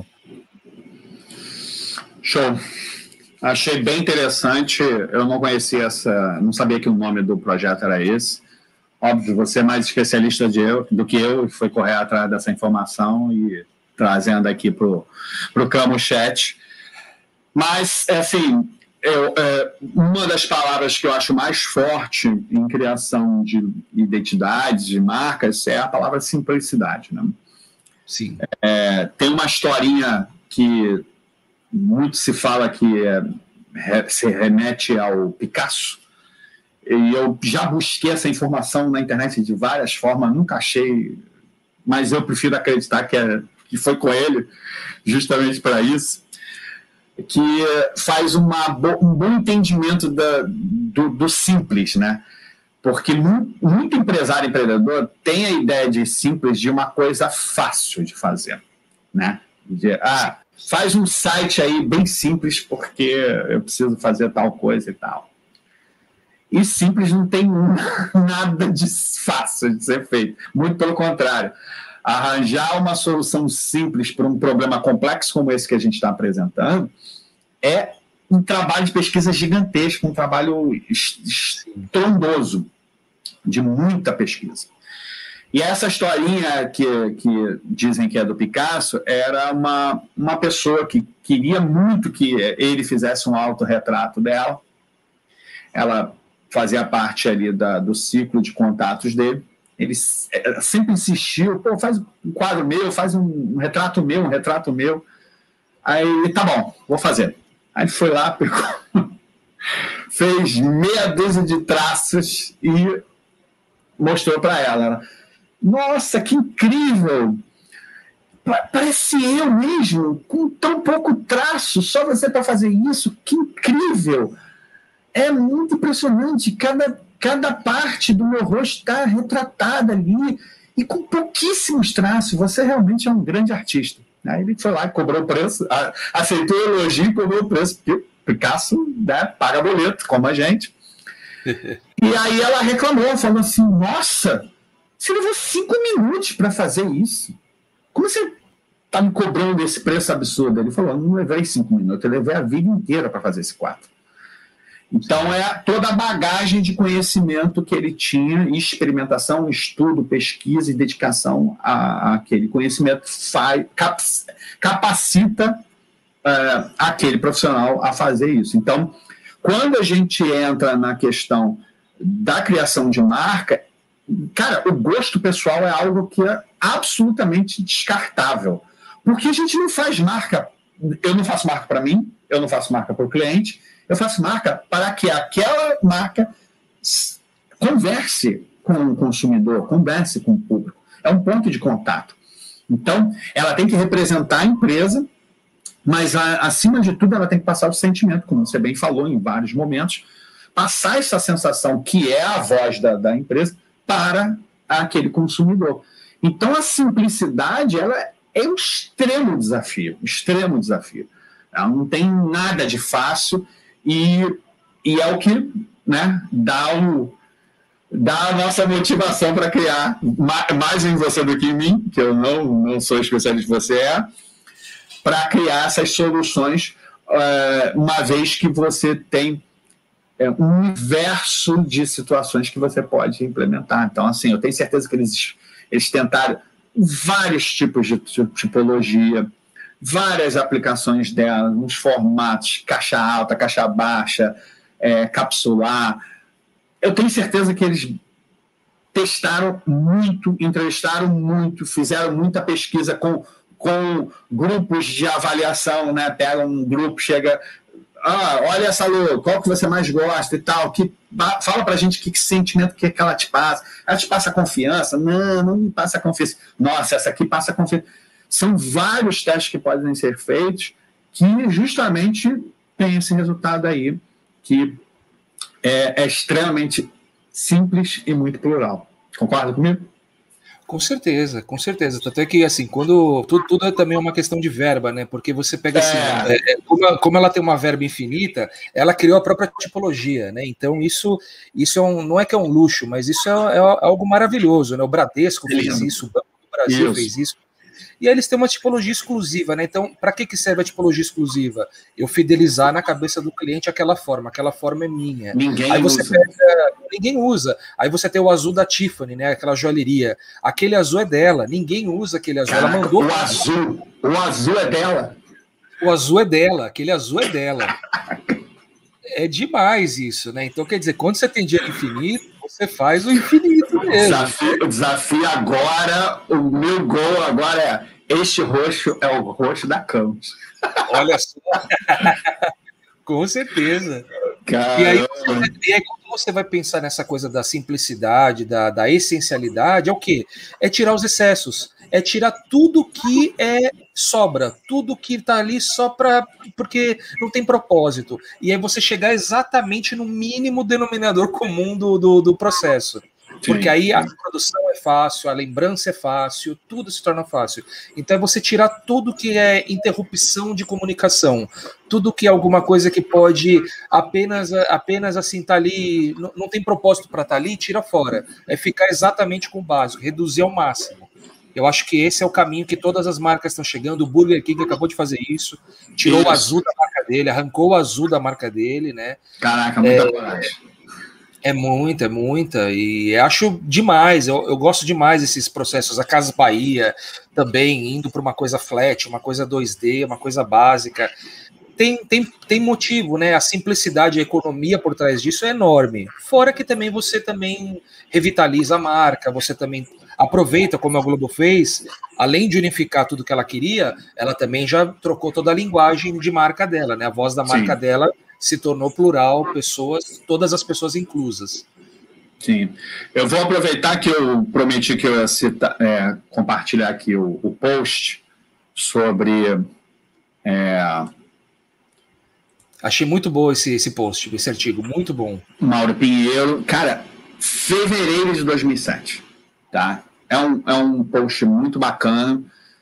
A: Show. Achei bem interessante. Eu não conhecia não sabia que o nome do projeto era esse. Óbvio, você é mais especialista do que eu, foi correr atrás dessa informação e trazendo aqui para o Camo Chat. Mas, assim, uma das palavras que eu acho mais forte em criação de identidades, de marcas, é a palavra simplicidade, né?
B: Sim.
A: Tem uma historinha que muito se fala que se remete ao Picasso, e eu já busquei essa informação na internet de várias formas, nunca achei, mas eu prefiro acreditar que foi com ele, justamente para isso, que faz um bom entendimento do simples, né? Porque muito empresário, empreendedor, tem a ideia de simples de uma coisa fácil de fazer, né? Faz um site aí bem simples porque eu preciso fazer tal coisa e tal. E simples não tem nada de fácil de ser feito. Muito pelo contrário. Arranjar uma solução simples para um problema complexo como esse que a gente está apresentando é um trabalho de pesquisa gigantesco, um trabalho estrondoso, de muita pesquisa. E essa historinha que dizem que é do Picasso era uma pessoa que queria muito que ele fizesse um autorretrato dela. Ela fazia parte ali do ciclo de contatos dele, Ele sempre insistiu, pô, faz um quadro meu, faz um retrato meu. Aí, tá bom, vou fazer. Aí ele foi lá, pegou, fez meia dúzia de traços e mostrou para ela. Nossa, que incrível! Parece eu mesmo, com tão pouco traço, só você para fazer isso, que incrível! É muito impressionante, cada parte do meu rosto está retratada ali, e com pouquíssimos traços, você realmente é um grande artista. Aí ele foi lá e cobrou o preço, aceitou o elogio e cobrou o preço, porque Picasso, né, paga boleto, como a gente. E aí ela reclamou, falou assim, nossa, você levou 5 minutos para fazer isso? Como você está me cobrando esse preço absurdo? Ele falou, não levei 5 minutos, eu levei a vida inteira para fazer esse quadro. Então, é toda a bagagem de conhecimento que ele tinha, experimentação, estudo, pesquisa e dedicação àquele conhecimento capacita aquele profissional a fazer isso. Então, quando a gente entra na questão da criação de marca, cara, o gosto pessoal é algo que é absolutamente descartável. Porque a gente não faz marca. Eu não faço marca para mim, eu não faço marca para o cliente, eu faço marca para que aquela marca converse com o consumidor, converse com o público. É um ponto de contato. Então, ela tem que representar a empresa, mas, acima de tudo, ela tem que passar o sentimento, como você bem falou em vários momentos, passar essa sensação que é a voz da empresa para aquele consumidor. Então, a simplicidade ela é um extremo desafio, extremo desafio. Ela não tem nada de fácil e é o que, né, dá a nossa motivação para criar, mais em você do que em mim, que eu não sou especialista, você é, para criar essas soluções, uma vez que você tem um universo de situações que você pode implementar. Então, assim, eu tenho certeza que eles tentaram vários tipos de tipologia, várias aplicações dela, nos formatos, caixa alta, caixa baixa, capsular. Eu tenho certeza que eles testaram muito, entrevistaram muito, fizeram muita pesquisa com grupos de avaliação, né? Pega um grupo, chega, olha essa logo, qual que você mais gosta e tal, fala pra gente que sentimento que ela te passa. Ela te passa confiança? Não me passa confiança. Nossa, essa aqui passa confiança. São vários testes que podem ser feitos que justamente tem esse resultado aí, que é extremamente simples e muito plural. Concorda comigo?
B: Com certeza, com certeza. Tanto é que, assim, quando tudo é também uma questão de verba, né? Porque você pega assim, como ela tem uma verba infinita, ela criou a própria tipologia, né? Então, isso não é que é um luxo, mas isso é algo maravilhoso, né? O Bradesco fez isso, o Banco do Brasil fez isso. E aí eles têm uma tipologia exclusiva, né? Então, para que serve a tipologia exclusiva? Eu fidelizar na cabeça do cliente aquela forma é minha.
A: Ninguém usa.
B: Ninguém usa. Aí você tem o azul da Tiffany, né? Aquela joalheria. Aquele azul é dela, ninguém usa aquele azul.
A: Caraca,
B: ela mandou.
A: O azul é dela.
B: O azul é dela, aquele azul é dela. É demais isso, né? Então, quer dizer, quando você tem dinheiro infinito, você faz o infinito mesmo.
A: O desafio agora, o meu gol agora este roxo é o roxo da Campos.
B: Olha só. Com certeza.
A: Caramba.
B: E aí, quando você vai pensar nessa coisa da simplicidade, da essencialidade, é o quê? É tirar os excessos. É tirar tudo que sobra, tudo que está ali só porque não tem propósito. E aí você chegar exatamente no mínimo denominador comum do processo. Porque aí a produção é fácil, a lembrança é fácil, tudo se torna fácil. Então é você tirar tudo que é interrupção de comunicação, tudo que é alguma coisa que pode apenas assim estar ali, não tem propósito para estar ali, tira fora. É ficar exatamente com o básico, reduzir ao máximo. Eu acho que esse é o caminho que todas as marcas estão chegando. O Burger King acabou de fazer isso, tirou o azul da marca dele, arrancou o azul da marca dele, né?
A: Caraca, muita coragem.
B: É muita, e acho demais, eu gosto demais desses processos. A Casas Bahia também indo para uma coisa flat, uma coisa 2D, uma coisa básica. tem motivo, né? A simplicidade, a economia por trás disso é enorme. Fora que também você também revitaliza a marca, você também aproveita, como a Globo fez, além de unificar tudo que ela queria, ela também já trocou toda a linguagem de marca dela, né? A voz da marca dela se tornou plural, pessoas, todas as pessoas inclusas.
A: Sim. Eu vou aproveitar que eu prometi que eu ia compartilhar aqui o post sobre...
B: Achei muito bom esse post, esse artigo, muito bom.
A: Mauro Pinheiro, cara, fevereiro de 2007, tá? É um post muito bacana.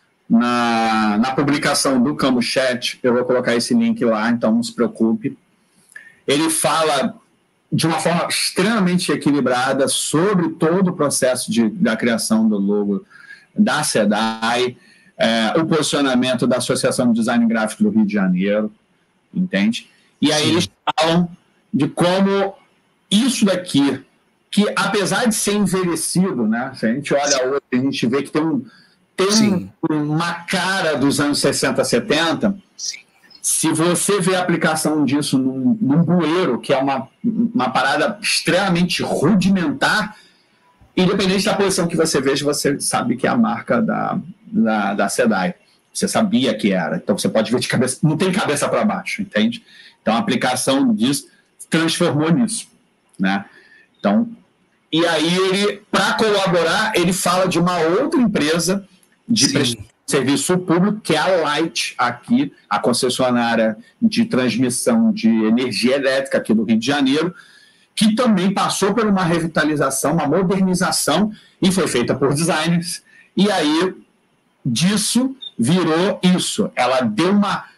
A: Na publicação do CamuChat, eu vou colocar esse link lá, então não se preocupe. Ele fala de uma forma extremamente equilibrada sobre todo o processo da criação do logo da SEDAI, o posicionamento da Associação de Design Gráfico do Rio de Janeiro, entende? E aí eles falam de como isso daqui, que apesar de ser envelhecido, né? Se a gente olha hoje, a gente vê que tem uma cara dos anos 60, 70.
B: Sim.
A: Se você vê a aplicação disso num bueiro, que é uma parada extremamente rudimentar, independente da posição que você veja, você sabe que é a marca da SEDAI. Você sabia que era. Então você pode ver de cabeça, não tem cabeça para baixo, entende? Então a aplicação disso transformou nisso, né? Então, e aí ele, para colaborar, ele fala de uma outra empresa de serviço público, que é a Light aqui, a concessionária de transmissão de energia elétrica aqui do Rio de Janeiro, que também passou por uma revitalização, uma modernização, e foi feita por designers, e aí disso virou isso. Ela deu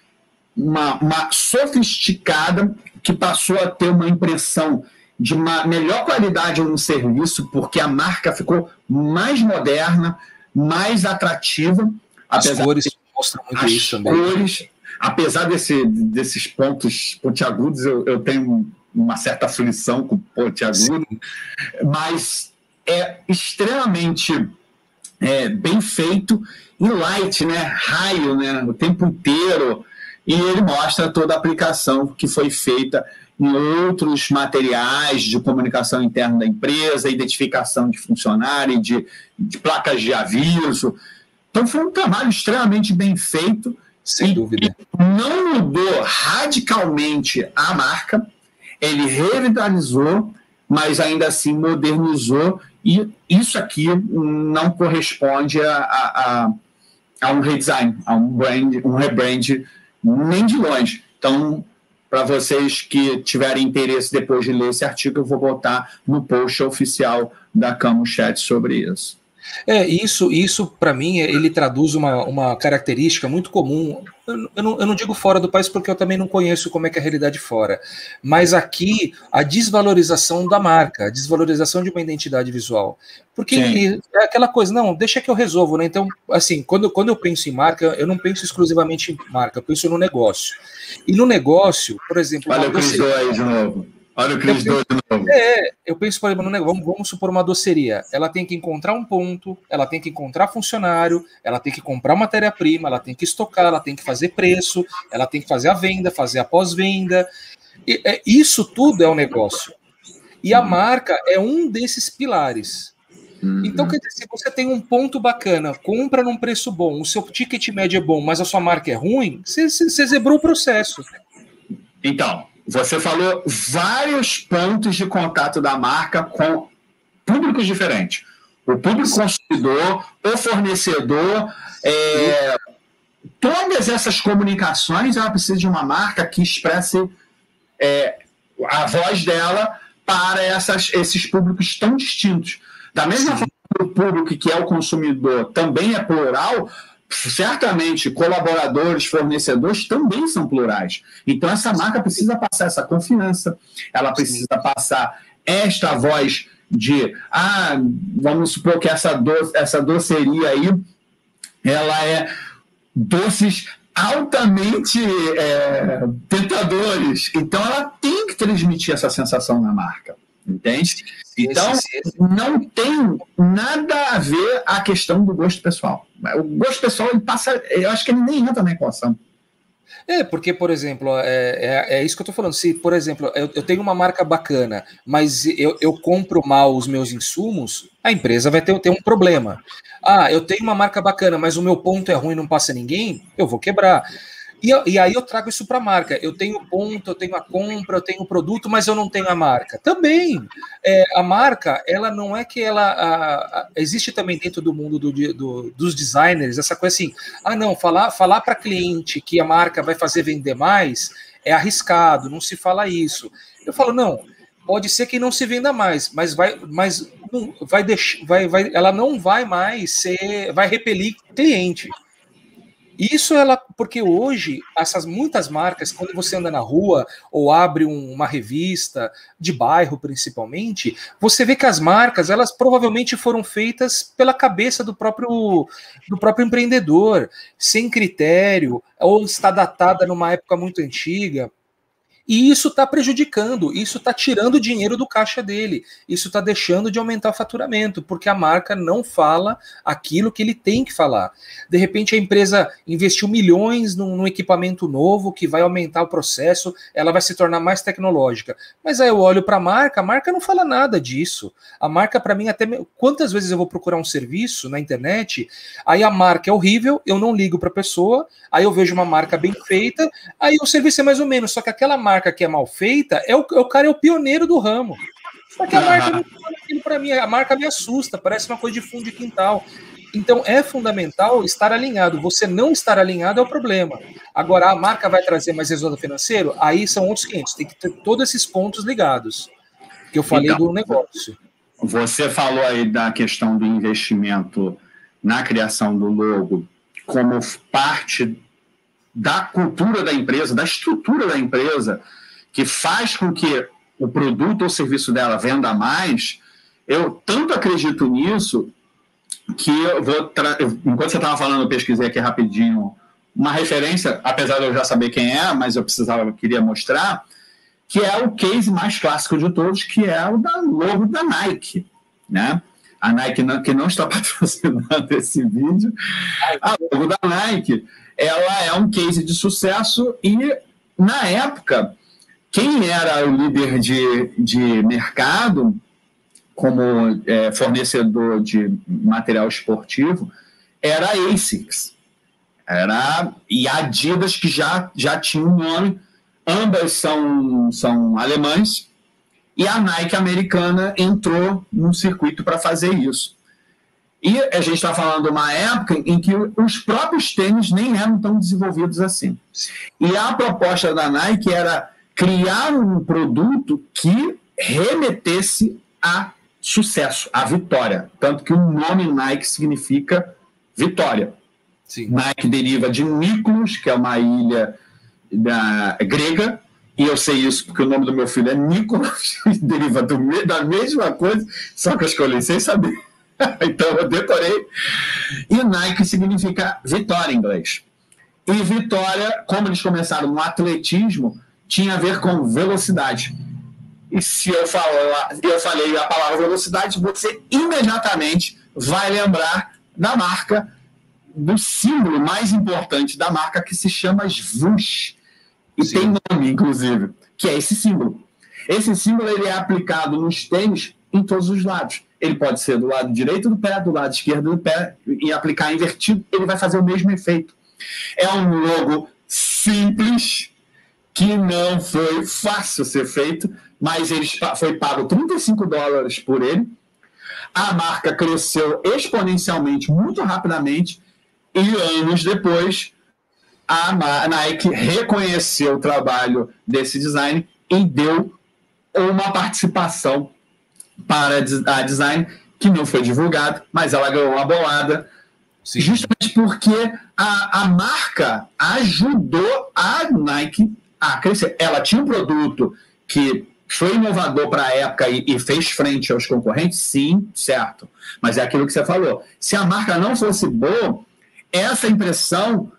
A: uma sofisticada que passou a ter uma impressão de uma melhor qualidade no serviço, porque a marca ficou mais moderna, mais atrativa.
B: As cores mostram muito isso também.
A: Cores, apesar desses pontos pontiagudos, eu tenho uma certa aflição com pontiagudo, mas é extremamente bem feito e light, né? Raio, né? O tempo inteiro. E ele mostra toda a aplicação que foi feita em outros materiais de comunicação interna da empresa, identificação de funcionário, de placas de aviso. Então foi um trabalho extremamente bem feito.
B: Sem dúvida.
A: Não mudou radicalmente a marca, ele revitalizou, mas ainda assim modernizou, e isso aqui não corresponde a um redesign, a um rebrand, nem de longe. Então, para vocês que tiverem interesse depois de ler esse artigo, eu vou botar no post oficial da CamuChat sobre isso.
B: Isso para mim, ele traduz uma característica muito comum. Eu não digo fora do país, porque eu também não conheço como é que é a realidade fora. Mas aqui, a desvalorização da marca, a desvalorização de uma identidade visual. Porque é aquela coisa, não, deixa que eu resolvo, né? Então, assim, quando eu penso em marca, eu não penso exclusivamente em marca, eu penso no negócio. E no negócio, por exemplo...
A: Olha o Cris 2 de novo. Olha o Cris 2 de novo.
B: Eu penso, por exemplo, no negócio, vamos supor uma doceria. Ela tem que encontrar um ponto, ela tem que encontrar funcionário, ela tem que comprar matéria-prima, ela tem que estocar, ela tem que fazer preço, ela tem que fazer a venda, fazer a pós-venda. Isso tudo é um negócio. E a marca é um desses pilares. Então, quer dizer, se você tem um ponto bacana, compra num preço bom, o seu ticket médio é bom, mas a sua marca é ruim, você zebrou o processo.
A: Então, você falou vários pontos de contato da marca com públicos diferentes. O público consumidor, o fornecedor, todas essas comunicações, ela precisa de uma marca que expresse a voz dela para esses públicos tão distintos. Da mesma forma que o público que é o consumidor também é plural, certamente colaboradores, fornecedores também são plurais. Então essa marca precisa passar essa confiança, ela precisa passar esta voz de vamos supor que essa doceria aí, ela é doces altamente tentadores, então ela tem que transmitir essa sensação na marca, entende? Então, não tem nada a ver a questão do gosto pessoal. O gosto pessoal, ele passa, eu acho que ele nem entra na equação.
B: Porque, por exemplo, é isso que eu estou falando. Se, por exemplo, eu tenho uma marca bacana, mas eu compro mal os meus insumos, a empresa vai ter um problema. Eu tenho uma marca bacana, mas o meu ponto é ruim, não passa ninguém, eu vou quebrar. E aí eu trago isso para a marca. Eu tenho ponto, eu tenho a compra, eu tenho o produto, mas eu não tenho a marca. Também, a marca, ela não é que ela... existe também dentro do mundo dos designers essa coisa assim, não, falar para cliente que a marca vai fazer vender mais é arriscado, não se fala isso. Eu falo, não, pode ser que não se venda mais, mas ela não vai mais vai repelir cliente. Isso porque hoje, muitas marcas, quando você anda na rua ou abre uma revista de bairro, principalmente, você vê que as marcas, elas provavelmente foram feitas pela cabeça do próprio empreendedor, sem critério, ou está datada numa época muito antiga. E isso está prejudicando, isso está tirando dinheiro do caixa dele, isso está deixando de aumentar o faturamento, porque a marca não fala aquilo que ele tem que falar. De repente a empresa investiu milhões num equipamento novo que vai aumentar o processo, ela vai se tornar mais tecnológica. Mas aí eu olho para a marca não fala nada disso. A marca, para mim, quantas vezes eu vou procurar um serviço na internet, aí a marca é horrível, eu não ligo para a pessoa, aí eu vejo uma marca bem feita, aí o serviço é mais ou menos, só que aquela marca que é mal feita, o cara é o pioneiro do ramo. Só que a marca não fala aquilo para mim, a marca me assusta, parece uma coisa de fundo de quintal. Então é fundamental estar alinhado. Você não estar alinhado é o problema. Agora, a marca vai trazer mais resultado financeiro? Aí são outros 500. Tem que ter todos esses pontos ligados que eu falei do negócio.
A: Você falou aí da questão do investimento na criação do logo como parte da cultura da empresa, da estrutura da empresa, que faz com que o produto ou serviço dela venda mais. Eu tanto acredito nisso que eu vou... Enquanto você estava falando, eu pesquisei aqui rapidinho uma referência, apesar de eu já saber quem é, mas eu queria mostrar, que é o case mais clássico de todos, que é o da logo da Nike, né? A Nike, que não está patrocinando esse vídeo, a logo da Nike, ela é um case de sucesso e, na época, quem era o líder de mercado como fornecedor de material esportivo era a ASICS. E a Adidas, que já tinha um nome, ambas são alemães, e a Nike americana entrou num circuito para fazer isso. E a gente está falando de uma época em que os próprios tênis nem eram tão desenvolvidos assim. E a proposta da Nike era criar um produto que remetesse a sucesso, a vitória. Tanto que o nome Nike significa vitória. Sim. Nike deriva de Mykonos, que é uma ilha grega, e eu sei isso porque o nome do meu filho é Nicolas, deriva da mesma coisa, só que eu escolhi sem saber. Então eu decorei. E Nike significa vitória em inglês. E vitória, como eles começaram no atletismo, tinha a ver com velocidade. E se eu falei a palavra velocidade, você imediatamente vai lembrar da marca, do símbolo mais importante da marca, que se chama Swoosh. E sim, tem nome, inclusive, que é esse símbolo. Esse símbolo ele é aplicado nos tênis em todos os lados. Ele pode ser do lado direito do pé, do lado esquerdo do pé, e aplicar invertido, ele vai fazer o mesmo efeito. É um logo simples, que não foi fácil ser feito, mas foi pago $35 por ele. A marca cresceu exponencialmente, muito rapidamente, e anos depois, a Nike reconheceu o trabalho desse design e deu uma participação para a design que não foi divulgada, mas ela ganhou uma bolada. Sim. Justamente porque a marca ajudou a Nike a crescer. Ela tinha um produto que foi inovador para a época e fez frente aos concorrentes, sim, certo. Mas é aquilo que você falou. Se a marca não fosse boa, essa impressão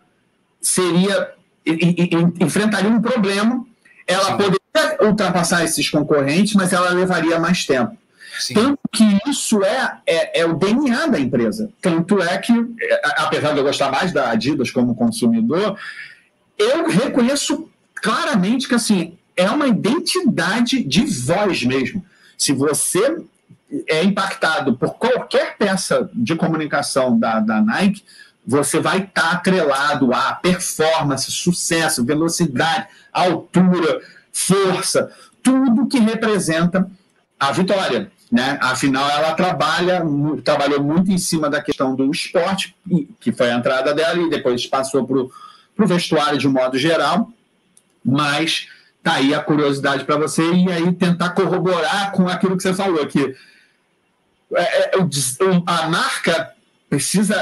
A: enfrentaria um problema. Ela poderia ultrapassar esses concorrentes, mas ela levaria mais tempo. Sim. Tanto que isso é o DNA da empresa. Tanto é que, apesar de eu gostar mais da Adidas como consumidor, eu reconheço claramente que, assim, é uma identidade de voz mesmo. Se você é impactado por qualquer peça de comunicação da Nike, você vai estar atrelado a performance, sucesso, velocidade, altura, força, tudo que representa a vitória, né? Afinal, ela trabalhou muito em cima da questão do esporte, que foi a entrada dela, e depois passou para o vestuário de um modo geral, mas tá aí a curiosidade para você, e aí tentar corroborar com aquilo que você falou, que a marca precisa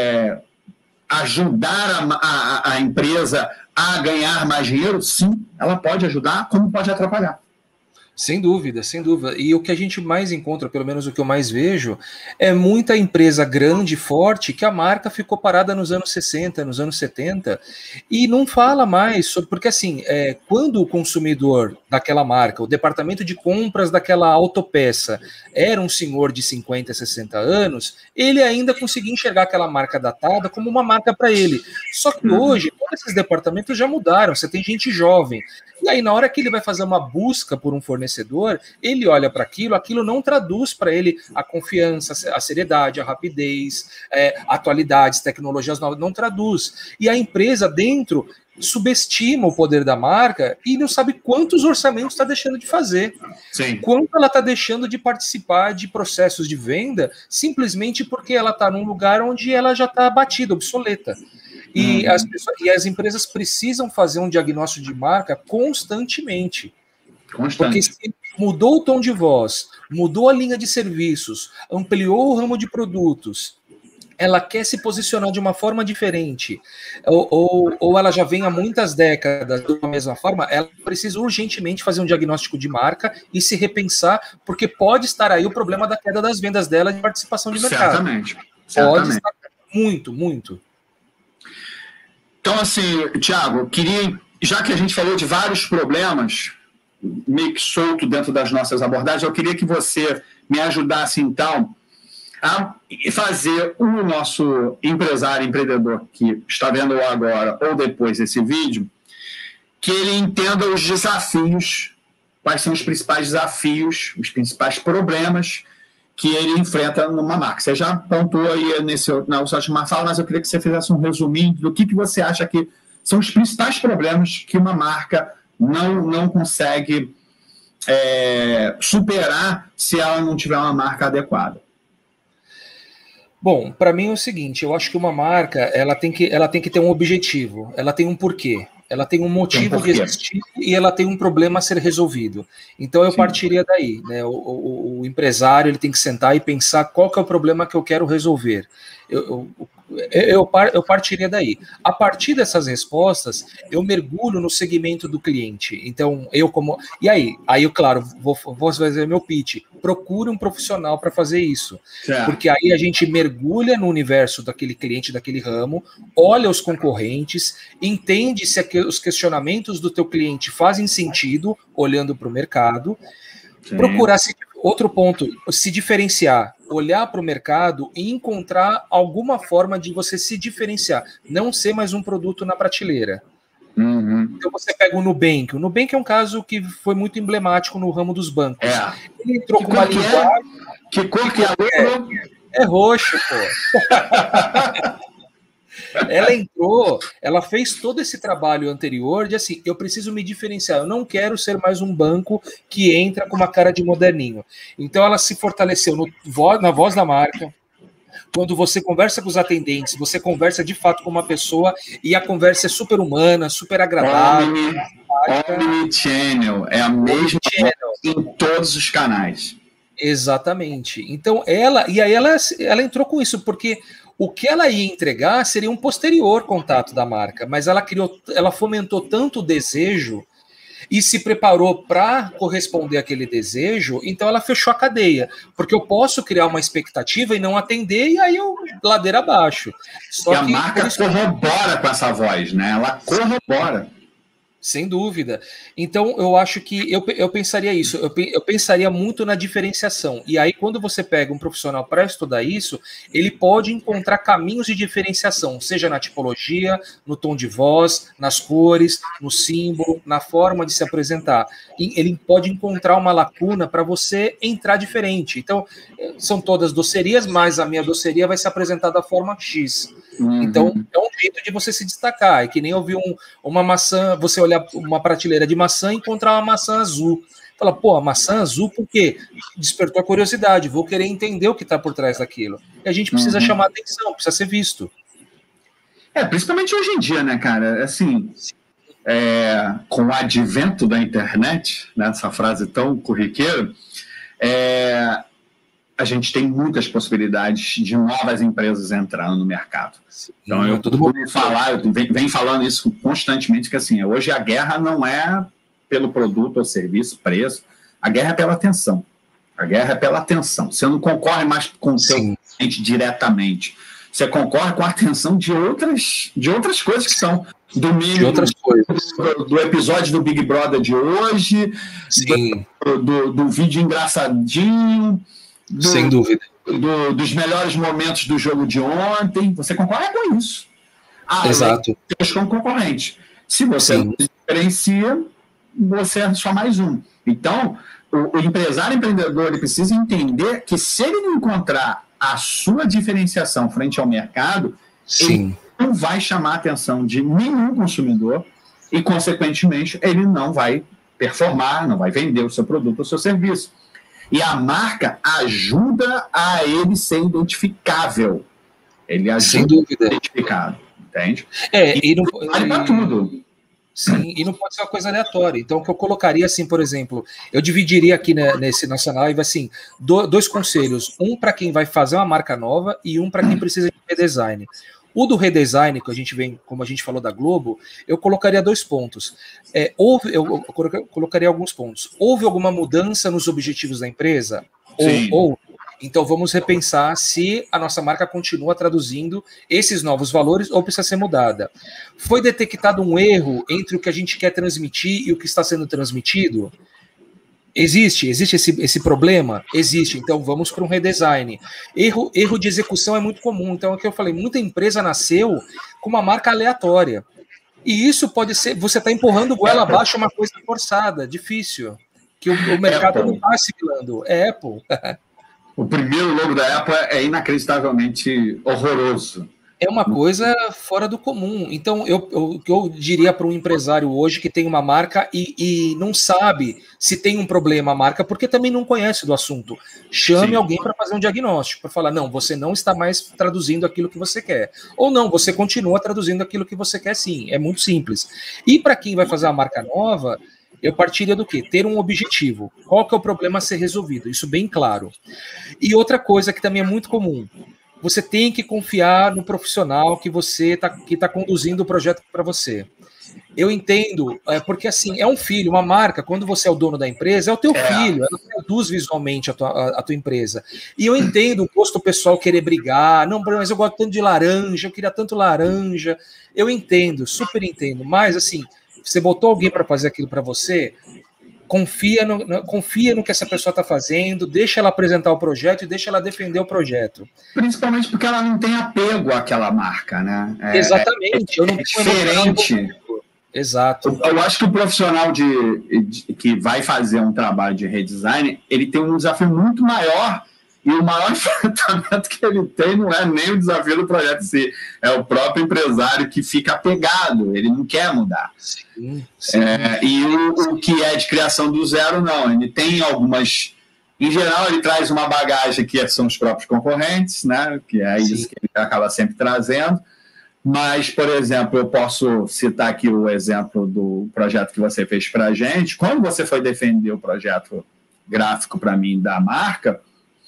A: ajudar a empresa a ganhar mais dinheiro. Sim, ela pode ajudar, como pode atrapalhar.
B: Sem dúvida, sem dúvida. E o que a gente mais encontra, pelo menos o que eu mais vejo, é muita empresa grande, forte, que a marca ficou parada nos anos 60, nos anos 70, e não fala mais sobre... Porque, assim, quando o consumidor daquela marca, o departamento de compras daquela autopeça, era um senhor de 50, 60 anos, ele ainda conseguia enxergar aquela marca datada como uma marca para ele. Só que hoje, todos esses departamentos já mudaram, você tem gente jovem. E aí, na hora que ele vai fazer uma busca por um fornecedor, ele olha para aquilo não traduz para ele a confiança, a seriedade, a rapidez, atualidades, tecnologias novas, não traduz. E a empresa dentro subestima o poder da marca e não sabe quantos orçamentos está deixando de fazer.
A: Sim.
B: Quanto ela está deixando de participar de processos de venda simplesmente porque ela está num lugar onde ela já está batida, obsoleta. E as empresas precisam fazer um diagnóstico de marca constantemente. Porque se mudou o tom de voz, mudou a linha de serviços, ampliou o ramo de produtos, ela quer se posicionar de uma forma diferente, ou ela já vem há muitas décadas da mesma forma, ela precisa urgentemente fazer um diagnóstico de marca e se repensar, porque pode estar aí o problema da queda das vendas dela de participação de mercado.
A: Certamente.
B: Pode estar muito, muito.
A: Então, assim, Thiago, já que a gente falou de vários problemas, meio que solto dentro das nossas abordagens, eu queria que você me ajudasse, então, a fazer o nosso empresário, empreendedor que está vendo agora ou depois desse vídeo, que ele entenda os desafios, quais são os principais desafios, os principais problemas que ele enfrenta numa marca. Você já pontuou aí na última fala, mas eu queria que você fizesse um resuminho do que você acha que são os principais problemas que uma marca não consegue superar se ela não tiver uma marca adequada.
B: Bom, para mim é o seguinte, eu acho que uma marca ela tem que ter um objetivo, ela tem um porquê. Ela tem um motivo de existir e ela tem um problema a ser resolvido. Então eu partiria daí, né? O empresário ele tem que sentar e pensar qual que é o problema que eu quero resolver. Eu partiria daí. A partir dessas respostas, eu mergulho no segmento do cliente. Então, E aí eu, claro, vou fazer meu pitch. Procure um profissional para fazer isso. Certo. Porque aí a gente mergulha no universo daquele cliente, daquele ramo, olha os concorrentes, entende se os questionamentos do teu cliente fazem sentido, olhando para o mercado. Sim. Procurar outro ponto, se diferenciar, olhar para o mercado e encontrar alguma forma de você se diferenciar, não ser mais um produto na prateleira. Então você pega o Nubank. O Nubank é um caso que foi muito emblemático no ramo dos bancos. Ele entrou com uma linguagem...
A: Que cor que
B: é roxo, pô. Ela fez todo esse trabalho anterior de assim, eu preciso me diferenciar, eu não quero ser mais um banco que entra com uma cara de moderninho. Então ela se fortaleceu na voz da marca. Quando você conversa com os atendentes, você conversa de fato com uma pessoa e a conversa é super humana, super agradável.
A: Omnichannel, é a mesma em todos os canais.
B: Exatamente. Então ela entrou com isso, porque o que ela ia entregar seria um posterior contato da marca, mas ela fomentou tanto o desejo e se preparou para corresponder àquele desejo, então ela fechou a cadeia, porque eu posso criar uma expectativa e não atender, e aí eu ladeira abaixo.
A: A marca corrobora com essa voz, né? Ela corrobora.
B: Sem dúvida. Então, eu acho que eu pensaria isso, eu pensaria muito na diferenciação. E aí, quando você pega um profissional para estudar isso, ele pode encontrar caminhos de diferenciação, seja na tipologia, no tom de voz, nas cores, no símbolo, na forma de se apresentar. E ele pode encontrar uma lacuna para você entrar diferente. Então, são todas docerias, mas a minha doceria vai se apresentar da forma X. Então, é um jeito de você se destacar. É que nem eu vi uma maçã, você olhar uma prateleira de maçã e encontrar uma maçã azul. Fala, pô, a maçã azul por quê? Despertou a curiosidade, vou querer entender o que está por trás daquilo. E a gente precisa chamar atenção, precisa ser visto.
A: Principalmente hoje em dia, né, cara? Assim, com o advento da internet, né, essa frase tão corriqueira, a gente tem muitas possibilidades de novas empresas entrando no mercado. Então, eu venho falando isso constantemente, que assim, hoje a guerra não é pelo produto ou serviço, preço, a guerra é pela atenção. A guerra é pela atenção. Você não concorre mais com o seu cliente diretamente. Você concorre com a atenção de outras coisas que são do mínimo, do episódio do Big Brother de hoje, do vídeo engraçadinho,
B: sem dúvida.
A: Dos melhores momentos do jogo de ontem. Você concorre com isso.
B: Exato.
A: Você como concorrente. Se você não se diferencia, você é só mais um. Então, o empresário empreendedor ele precisa entender que se ele não encontrar a sua diferenciação frente ao mercado, ele não vai chamar a atenção de nenhum consumidor e, consequentemente, ele não vai performar, não vai vender o seu produto ou o seu serviço. E a marca ajuda a ele ser identificável. Ele ajuda a ser identificado, entende?
B: E não
A: vale para tudo.
B: Sim, e não pode ser uma coisa aleatória. Então, o que eu colocaria, assim, por exemplo, eu dividiria aqui nesse nossa live, assim, dois conselhos. Um para quem vai fazer uma marca nova e um para quem precisa de redesign. O do redesign, que a gente vem, como a gente falou da Globo, eu colocaria 2 pontos. Eu colocaria alguns pontos. Houve alguma mudança nos objetivos da empresa? Então vamos repensar se a nossa marca continua traduzindo esses novos valores ou precisa ser mudada. Foi detectado um erro entre o que a gente quer transmitir e o que está sendo transmitido? Existe esse problema? Existe, então vamos para um redesign. Erro de execução é muito comum, então é o que eu falei, muita empresa nasceu com uma marca aleatória. E isso pode ser, você está empurrando goela abaixo uma coisa forçada, difícil, que o mercado não está assimilando. É Apple.
A: O primeiro logo da Apple é inacreditavelmente horroroso.
B: É uma coisa fora do comum. Então, eu diria para um empresário hoje que tem uma marca e não sabe se tem um problema a marca, porque também não conhece do assunto. Chame alguém para fazer um diagnóstico, para falar, não, você não está mais traduzindo aquilo que você quer. Ou não, você continua traduzindo aquilo que você quer sim. É muito simples. E para quem vai fazer uma marca nova, eu partiria do quê? Ter um objetivo. Qual que é o problema a ser resolvido? Isso bem claro. E outra coisa que também é muito comum, você tem que confiar no profissional que está conduzindo o projeto para você. Eu entendo, porque assim, é um filho, uma marca, quando você é o dono da empresa, é o teu filho, ela produz visualmente a tua empresa. E eu entendo o gosto pessoal querer brigar, não, mas eu gosto tanto de laranja, eu queria tanto laranja. Eu entendo, super entendo, mas assim, você botou alguém para fazer aquilo para você, confia no que essa pessoa está fazendo, deixa ela apresentar o projeto e deixa ela defender o projeto.
A: Principalmente porque ela não tem apego àquela marca, né?
B: Exatamente.
A: É diferente.
B: Exato.
A: Eu acho que o profissional que vai fazer um trabalho de redesign, ele tem um desafio muito maior, e o maior enfrentamento que ele tem não é nem o desafio do projeto em si, é o próprio empresário que fica apegado, ele não quer mudar.
B: Sim.
A: E o que é de criação do zero, não. Ele tem algumas... Em geral, ele traz uma bagagem que são os próprios concorrentes, né? Que é isso que ele acaba sempre trazendo. Mas, por exemplo, eu posso citar aqui o exemplo do projeto que você fez para a gente. Quando você foi defender o projeto gráfico para mim da marca,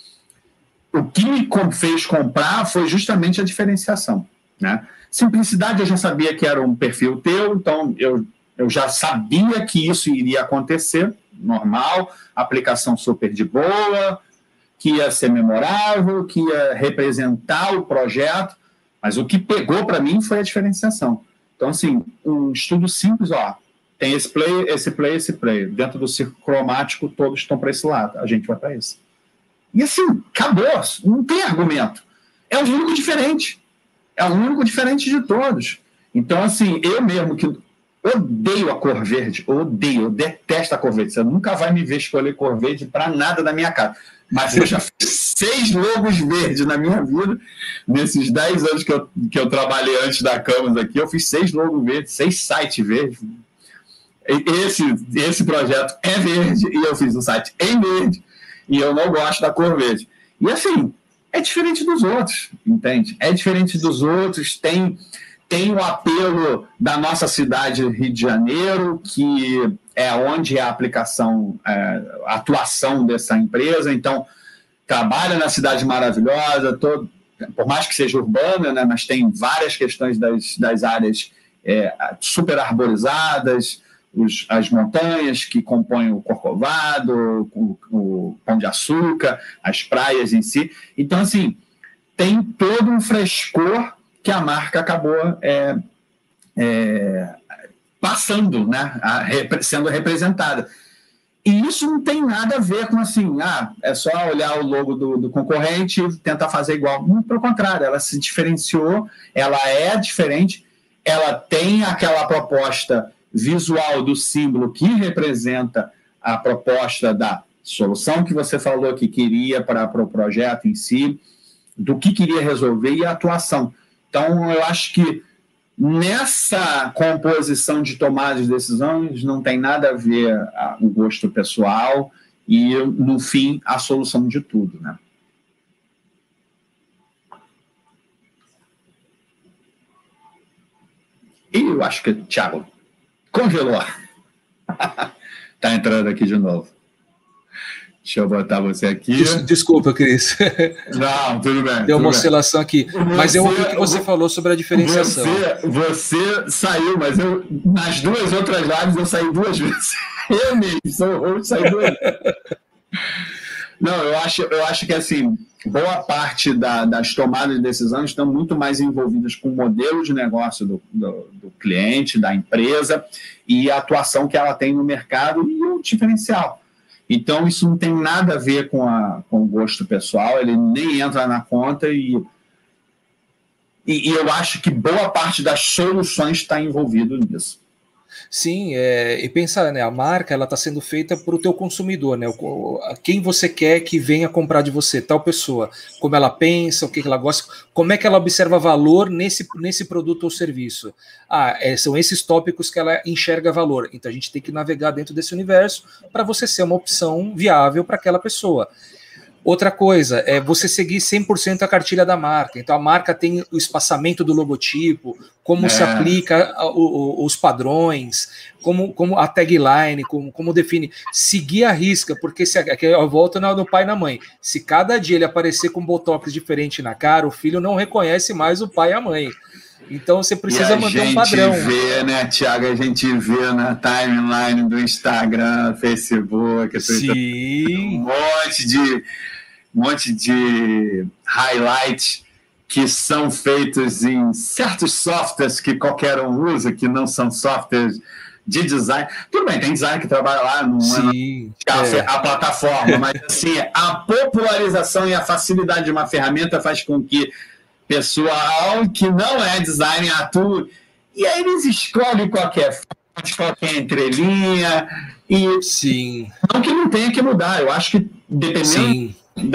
A: o que me fez comprar foi justamente a diferenciação, né? Simplicidade, eu já sabia que era um perfil teu, então eu já sabia que isso iria acontecer, normal, aplicação super de boa, que ia ser memorável, que ia representar o projeto, mas o que pegou para mim foi a diferenciação. Então, assim, um estudo simples, tem esse play. Dentro do círculo cromático, todos estão para esse lado. A gente vai para esse. E assim, acabou. Não tem argumento. É o único diferente. É o único diferente de todos. Então, assim, eu mesmo que odeio a cor verde, eu detesto a cor verde. Você nunca vai me ver escolher cor verde para nada da minha casa. Mas eu já fiz 6 logos verdes na minha vida. Nesses 10 anos que eu trabalhei antes da Camus aqui, eu fiz 6 logos verdes, 6 sites verdes. Esse projeto é verde e eu fiz o site em verde e eu não gosto da cor verde. E assim, é diferente dos outros, entende? É diferente dos outros, tem o apelo da nossa cidade, Rio de Janeiro, que é onde é a aplicação, a atuação dessa empresa. Então, trabalha na cidade maravilhosa, por mais que seja urbana, né, mas tem várias questões das áreas super arborizadas, as montanhas que compõem o Corcovado, o Pão de Açúcar, as praias em si. Então, assim, tem todo um frescor que a marca acabou passando, né, sendo representada. E isso não tem nada a ver com assim, é só olhar o logo do concorrente e tentar fazer igual. Não, pelo contrário, ela se diferenciou, ela é diferente, ela tem aquela proposta visual do símbolo que representa a proposta da solução que você falou que queria para o projeto em si, do que queria resolver e a atuação. Então, eu acho que nessa composição de tomada de decisões não tem nada a ver o gosto pessoal e, no fim, a solução de tudo, né? E eu acho que o Thiago congelou. Tá entrando aqui de novo. Deixa eu botar você aqui.
B: Desculpa, Cris.
A: Não, tudo bem.
B: Deu uma oscilação aqui. Mas eu ouvi o que você falou sobre a diferenciação.
A: Você saiu, mas nas 2 outras lives eu saí 2 vezes. Eu mesmo saí 2 vezes. Não, eu acho que assim, boa parte das tomadas de decisões estão muito mais envolvidas com o modelo de negócio do cliente, da empresa, e a atuação que ela tem no mercado e o diferencial. Então, isso não tem nada a ver com o gosto pessoal, ele nem entra na conta e eu acho que boa parte das soluções está envolvido nisso.
B: Sim, e pensar, né, a marca ela está sendo feita para o teu consumidor, né, quem você quer que venha comprar de você, tal pessoa, como ela pensa, o que ela gosta, como é que ela observa valor nesse produto ou serviço. São esses tópicos que ela enxerga valor, então a gente tem que navegar dentro desse universo para você ser uma opção viável para aquela pessoa. Outra coisa é você seguir 100% a cartilha da marca. Então, a marca tem o espaçamento do logotipo, como se aplica os padrões, como a tagline, como define. Seguir a risca, porque eu volto no pai e na mãe. Se cada dia ele aparecer com botox diferente na cara, o filho não reconhece mais o pai e a mãe. Então, você precisa manter um padrão.
A: A gente vê, né, Thiago? A gente vê na timeline do Instagram, Facebook,
B: Sim.
A: Um monte de highlights que são feitos em certos softwares que qualquer um usa, que não são softwares de design. Tudo bem, tem design que trabalha lá, não é a plataforma, mas assim, a popularização e a facilidade de uma ferramenta faz com que pessoal que não é design atue, e aí eles escolhem qualquer entrelinha, e
B: sim.
A: Não que não tenha que mudar, eu acho que dependendo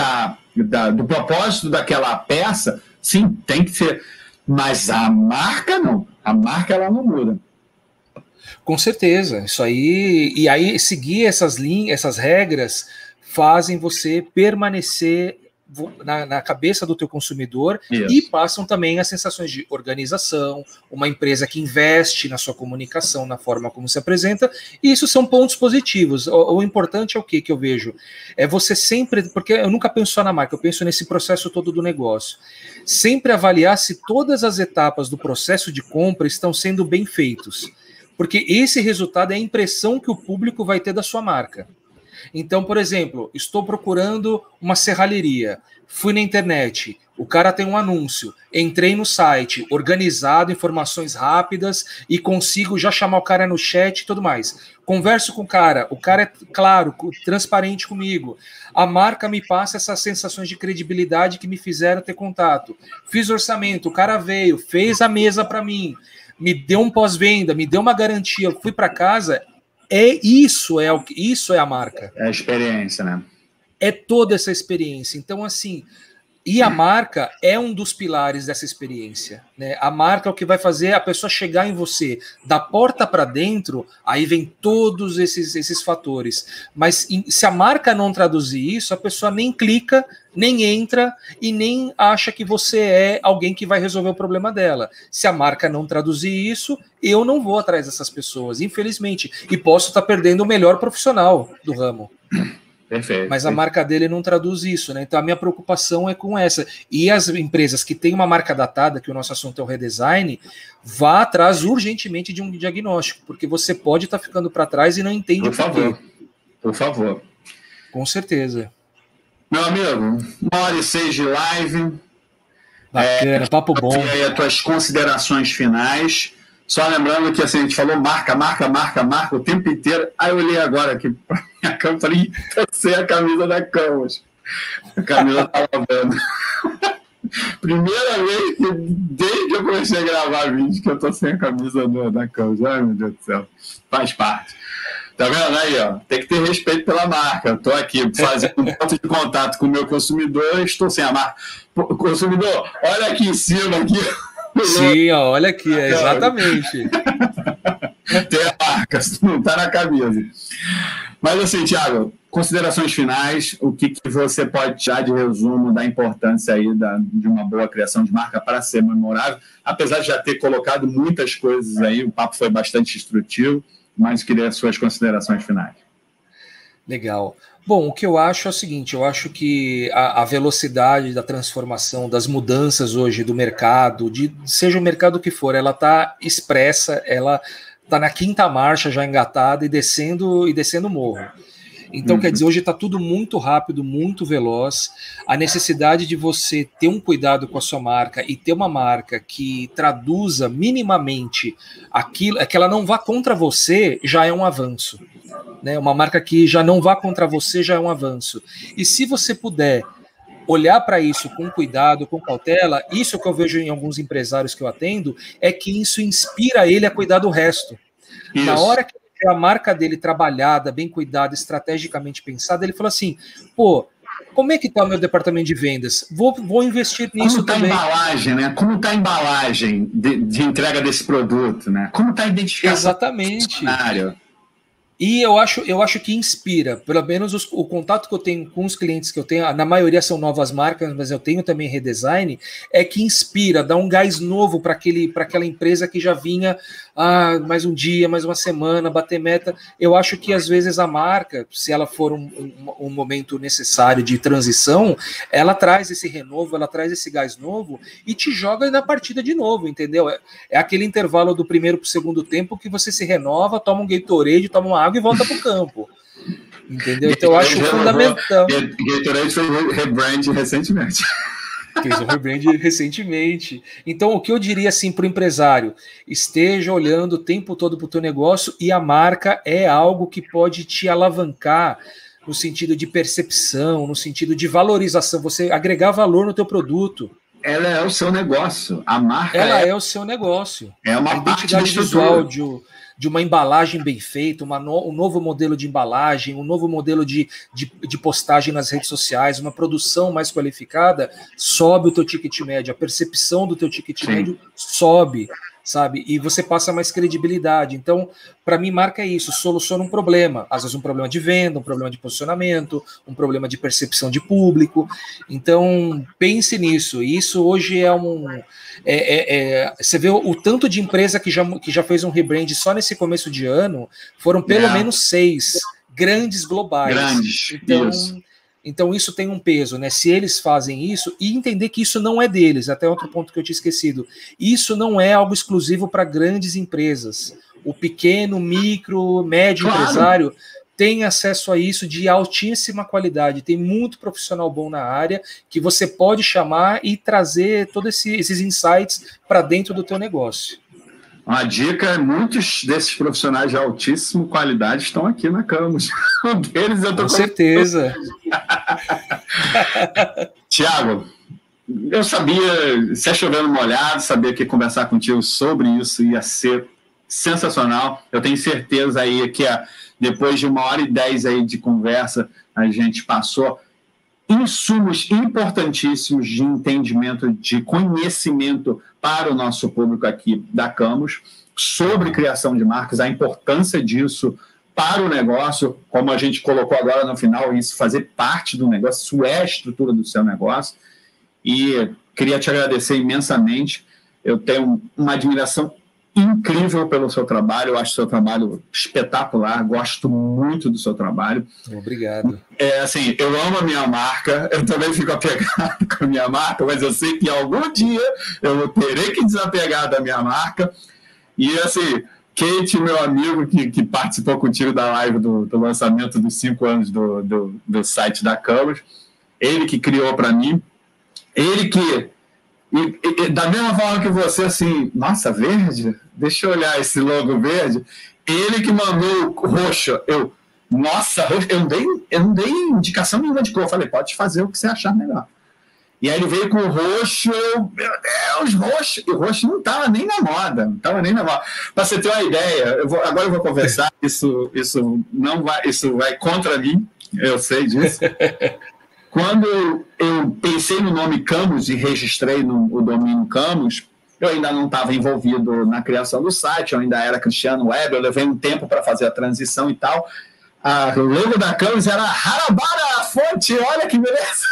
A: do propósito daquela peça, sim, tem que ser, mas a marca não, a marca ela não muda.
B: Com certeza, isso aí, e aí seguir essas regras fazem você permanecer na cabeça do teu consumidor. Isso. E passam também as sensações de organização, uma empresa que investe na sua comunicação, na forma como se apresenta, e isso são pontos positivos. O importante é o que eu vejo? É você sempre, porque eu nunca penso só na marca, eu penso nesse processo todo do negócio. Sempre avaliar se todas as etapas do processo de compra estão sendo bem feitos, porque esse resultado é a impressão que o público vai ter da sua marca. Então, por exemplo, estou procurando uma serralheria, fui na internet, O cara tem um anúncio, entrei no site, organizado, informações rápidas e consigo já chamar o cara no chat e tudo mais. Converso com o cara é claro, transparente comigo. A marca me passa essas sensações de credibilidade que me fizeram ter contato. Fiz orçamento, o cara veio, fez a mesa para mim, me deu um pós-venda, me deu uma garantia, eu fui para casa. Isso é a marca.
A: É a experiência, né?
B: É toda essa experiência. Então, assim, e a marca é um dos pilares dessa experiência, né? A marca é o que vai fazer a pessoa chegar em você da porta para dentro, aí vem todos esses fatores. Mas se a marca não traduzir isso, a pessoa nem clica, nem entra e nem acha que você é alguém que vai resolver o problema dela. Se a marca não traduzir isso, eu não vou atrás dessas pessoas, infelizmente. E posso estar perdendo o melhor profissional do ramo.
A: Perfeito.
B: Mas a marca dele não traduz isso, né? Então a minha preocupação é com essa. E as empresas que têm uma marca datada, que o nosso assunto é o redesign, vá atrás urgentemente de um diagnóstico, porque você pode estar ficando para trás e não entende
A: por favor. Por favor.
B: Com certeza.
A: Meu amigo, 1h06 de live.
B: Bacana, papo bom.
A: E aí as tuas considerações finais. Só lembrando que assim, a gente falou marca o tempo inteiro. Aí eu olhei agora aqui pra minha cama e falei, tô sem a camisa da Camus. A camisa tá lavando. Primeira vez que, desde que eu comecei a gravar vídeo, que eu tô sem a camisa da Camus. Ai, meu Deus do céu. Faz parte. Tá vendo aí, ó? Tem que ter respeito pela marca. Eu tô aqui fazendo um ponto de contato com o meu consumidor, estou sem a marca. Consumidor, olha aqui em cima, aqui.
B: Sim, ó, olha aqui, exatamente.
A: Tem a marca, não tá na camisa. Mas assim, Thiago, considerações finais, o que você pode tirar de resumo da importância aí de uma boa criação de marca para ser memorável, apesar de já ter colocado muitas coisas aí, o papo foi bastante instrutivo, mas queria as suas considerações finais.
B: Legal. Bom, o que eu acho é o seguinte, eu acho que a velocidade da transformação, das mudanças hoje do mercado, seja o mercado que for, ela está expressa, ela está na 5ª marcha já engatada e descendo o morro. Então, quer dizer, hoje está tudo muito rápido, muito veloz. A necessidade de você ter um cuidado com a sua marca e ter uma marca que traduza minimamente aquilo, que ela não vá contra você, já é um avanço. Né? Uma marca que já não vá contra você já é um avanço. E se você puder olhar para isso com cuidado, com cautela, isso que eu vejo em alguns empresários que eu atendo, é que isso inspira ele a cuidar do resto. Isso. Na hora que a marca dele trabalhada, bem cuidada, estrategicamente pensada, ele falou assim, pô, como é que está o meu departamento de vendas? Vou investir nisso também.
A: Como está a embalagem, né? Como está a embalagem de entrega desse produto, né? Como está a identificação?
B: Exatamente. E eu acho que inspira, pelo menos o contato que eu tenho com os clientes que eu tenho, na maioria são novas marcas, mas eu tenho também redesign, é que inspira, dá um gás novo para aquela empresa que já vinha mais um dia, mais uma semana, bater meta. Eu acho que às vezes a marca, se ela for um momento necessário de transição, ela traz esse renovo, ela traz esse gás novo e te joga na partida de novo, entendeu? É aquele intervalo do primeiro para o segundo tempo que você se renova, toma um Gatorade, toma uma água e volta para o campo. Entendeu? Então eu acho fundamental.
A: Gatorade fez um rebrand recentemente.
B: Fez um rebrand recentemente. Então, o que eu diria assim para o empresário? Esteja olhando o tempo todo para o teu negócio e a marca é algo que pode te alavancar no sentido de percepção, no sentido de valorização, você agregar valor no teu produto.
A: Ela é o seu negócio. A marca
B: é o seu negócio.
A: É uma
B: identidade visual de uma embalagem bem feita, um novo modelo de embalagem, um novo modelo de postagem nas redes sociais, uma produção mais qualificada, sobe o teu ticket médio, a percepção do teu ticket médio sobe, sabe? E você passa mais credibilidade. Então, para mim, marca é isso, soluciona um problema, às vezes um problema de venda, um problema de posicionamento, um problema de percepção de público. Então, pense nisso. E isso hoje você vê o tanto de empresa que já fez um rebrand só nesse começo de ano, foram pelo menos 6 grandes globais. Então isso tem um peso, né? Se eles fazem isso, e entender que isso não é deles, até outro ponto que eu tinha esquecido, isso não é algo exclusivo para grandes empresas. O pequeno, micro, médio empresário tem acesso a isso de altíssima qualidade, tem muito profissional bom na área que você pode chamar e trazer todos esses insights para dentro do teu negócio.
A: Uma dica, muitos desses profissionais de altíssima qualidade estão aqui na Camus. Um deles eu tô
B: com certeza.
A: Tiago, eu sabia, se é chovendo molhado, sabia que conversar contigo sobre isso ia ser sensacional. Eu tenho certeza aí que depois de 1h10 aí de conversa, a gente passou insumos importantíssimos de entendimento, de conhecimento para o nosso público aqui da Camus, sobre criação de marcas, a importância disso para o negócio, como a gente colocou agora no final, isso fazer parte do negócio, isso é a estrutura do seu negócio. E queria te agradecer imensamente. Eu tenho uma admiração incrível pelo seu trabalho, eu acho o seu trabalho espetacular, gosto muito do seu trabalho.
B: Obrigado.
A: Assim, eu amo a minha marca, eu também fico apegado com a minha marca, mas eu sei que algum dia eu terei que desapegar da minha marca. E assim, Kate, meu amigo que participou contigo da live do lançamento dos 5 anos do site da Camus, ele que criou para mim, ele que E da mesma forma que você, assim, nossa, verde? Deixa eu olhar esse logo verde. Ele que mandou o roxo. Nossa, roxo. Eu não dei indicação nenhuma de cor. Eu falei, pode fazer o que você achar melhor. E aí ele veio com o roxo. Meu Deus, roxo. E o roxo não estava nem na moda. Não estava nem na moda. Para você ter uma ideia, agora eu vou conversar. Isso vai contra mim. Eu sei disso. Quando eu pensei no nome Camus e registrei o domínio Camus, eu ainda não estava envolvido na criação do site, eu ainda era Cristiano Web, eu levei um tempo para fazer a transição e tal. O logo da Camus era Harabara, a fonte, olha que beleza!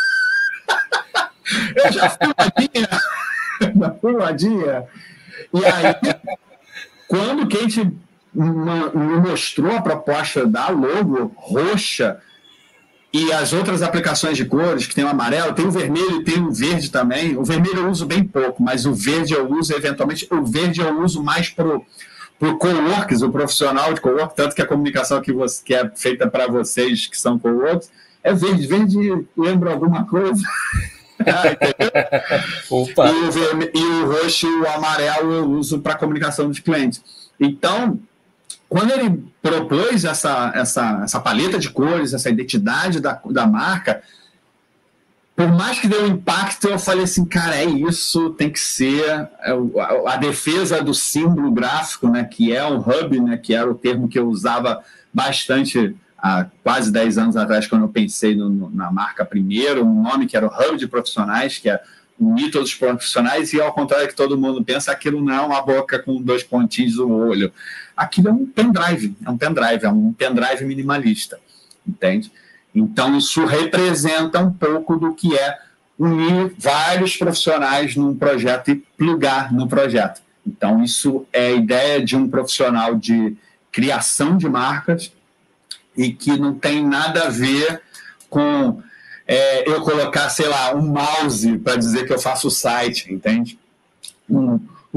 A: Eu já fui modinha. E aí, quando Kate me mostrou a proposta da logo roxa, e as outras aplicações de cores, que tem o amarelo, tem o vermelho e tem o verde também. O vermelho eu uso bem pouco, mas o verde eu uso eventualmente. O verde eu uso mais para o coworks, o profissional de cowork, tanto que a comunicação que é feita para vocês que são coworks é verde. Verde lembra alguma coisa?
B: Opa.
A: E o roxo e o amarelo eu uso para comunicação dos clientes. Então, quando ele propôs essa paleta de cores, essa identidade da marca, por mais que deu impacto, eu falei assim, cara, é isso, tem que ser a defesa do símbolo gráfico, né, que é um hub, né, que era o termo que eu usava bastante há quase 10 anos atrás, quando eu pensei na marca primeiro, um nome que era o Hub de Profissionais, que é unir todos os profissionais, e ao contrário que todo mundo pensa, aquilo não é uma boca com 2 pontinhos no olho. Aquilo é um pendrive minimalista, entende? Então, isso representa um pouco do que é unir vários profissionais num projeto e plugar no projeto. Então, isso é a ideia de um profissional de criação de marcas e que não tem nada a ver com eu colocar, sei lá, um mouse para dizer que eu faço o site, entende? Um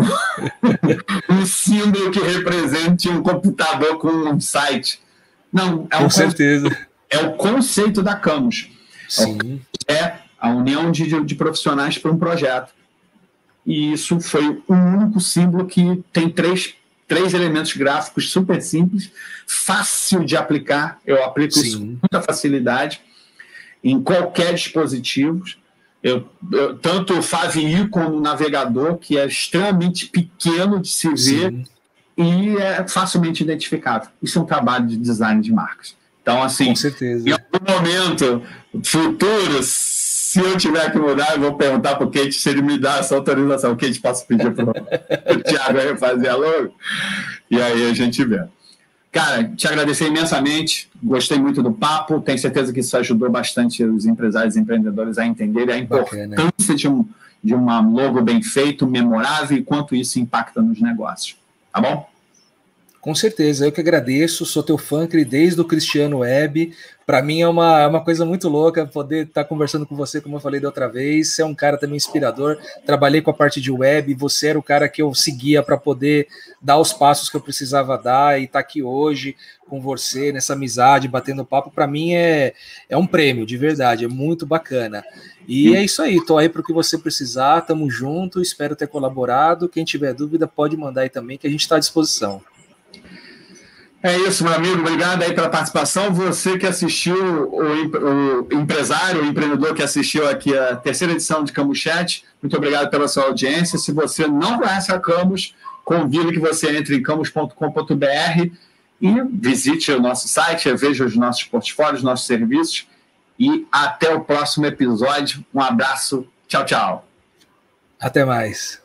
A: símbolo que represente um computador com um site. Não,
B: com certeza.
A: É o conceito da Camus.
B: Sim.
A: É a união de profissionais para um projeto. E isso foi o único símbolo que tem três elementos gráficos super simples, fácil de aplicar. Eu aplico isso com muita facilidade em qualquer dispositivo. Tanto o Favii como o navegador, que é extremamente pequeno de se ver e é facilmente identificável. Isso é um trabalho de design de marcas. Então, assim,
B: com certeza.
A: Em algum momento futuro, se eu tiver que mudar, eu vou perguntar para o Kate se ele me dá essa autorização. O Kate, posso pedir para o Thiago refazer a logo? E aí a gente vê. Cara, te agradecer imensamente, gostei muito do papo, tenho certeza que isso ajudou bastante os empresários e empreendedores a entenderem a importância de uma logo bem feito, memorável, e quanto isso impacta nos negócios. Tá bom?
B: Com certeza, eu que agradeço, sou teu fã desde o Cristiano Web. Para mim é uma coisa muito louca poder estar conversando com você, como eu falei da outra vez. Você é um cara também inspirador. Trabalhei com a parte de web, você era o cara que eu seguia para poder dar os passos que eu precisava dar e estar aqui hoje com você, nessa amizade, batendo papo. Para mim é um prêmio, de verdade, é muito bacana. E é isso aí, tô aí para o que você precisar, tamo junto, espero ter colaborado. Quem tiver dúvida pode mandar aí também, que a gente está à disposição.
A: É isso, meu amigo. Obrigado aí pela participação. Você que assistiu, o empresário, o empreendedor que assistiu aqui a terceira edição de Camus Chat, muito obrigado pela sua audiência. Se você não conhece a Camus, convido que você entre em camus.com.br e visite o nosso site, veja os nossos portfólios, nossos serviços. E até o próximo episódio. Um abraço. Tchau, tchau.
B: Até mais.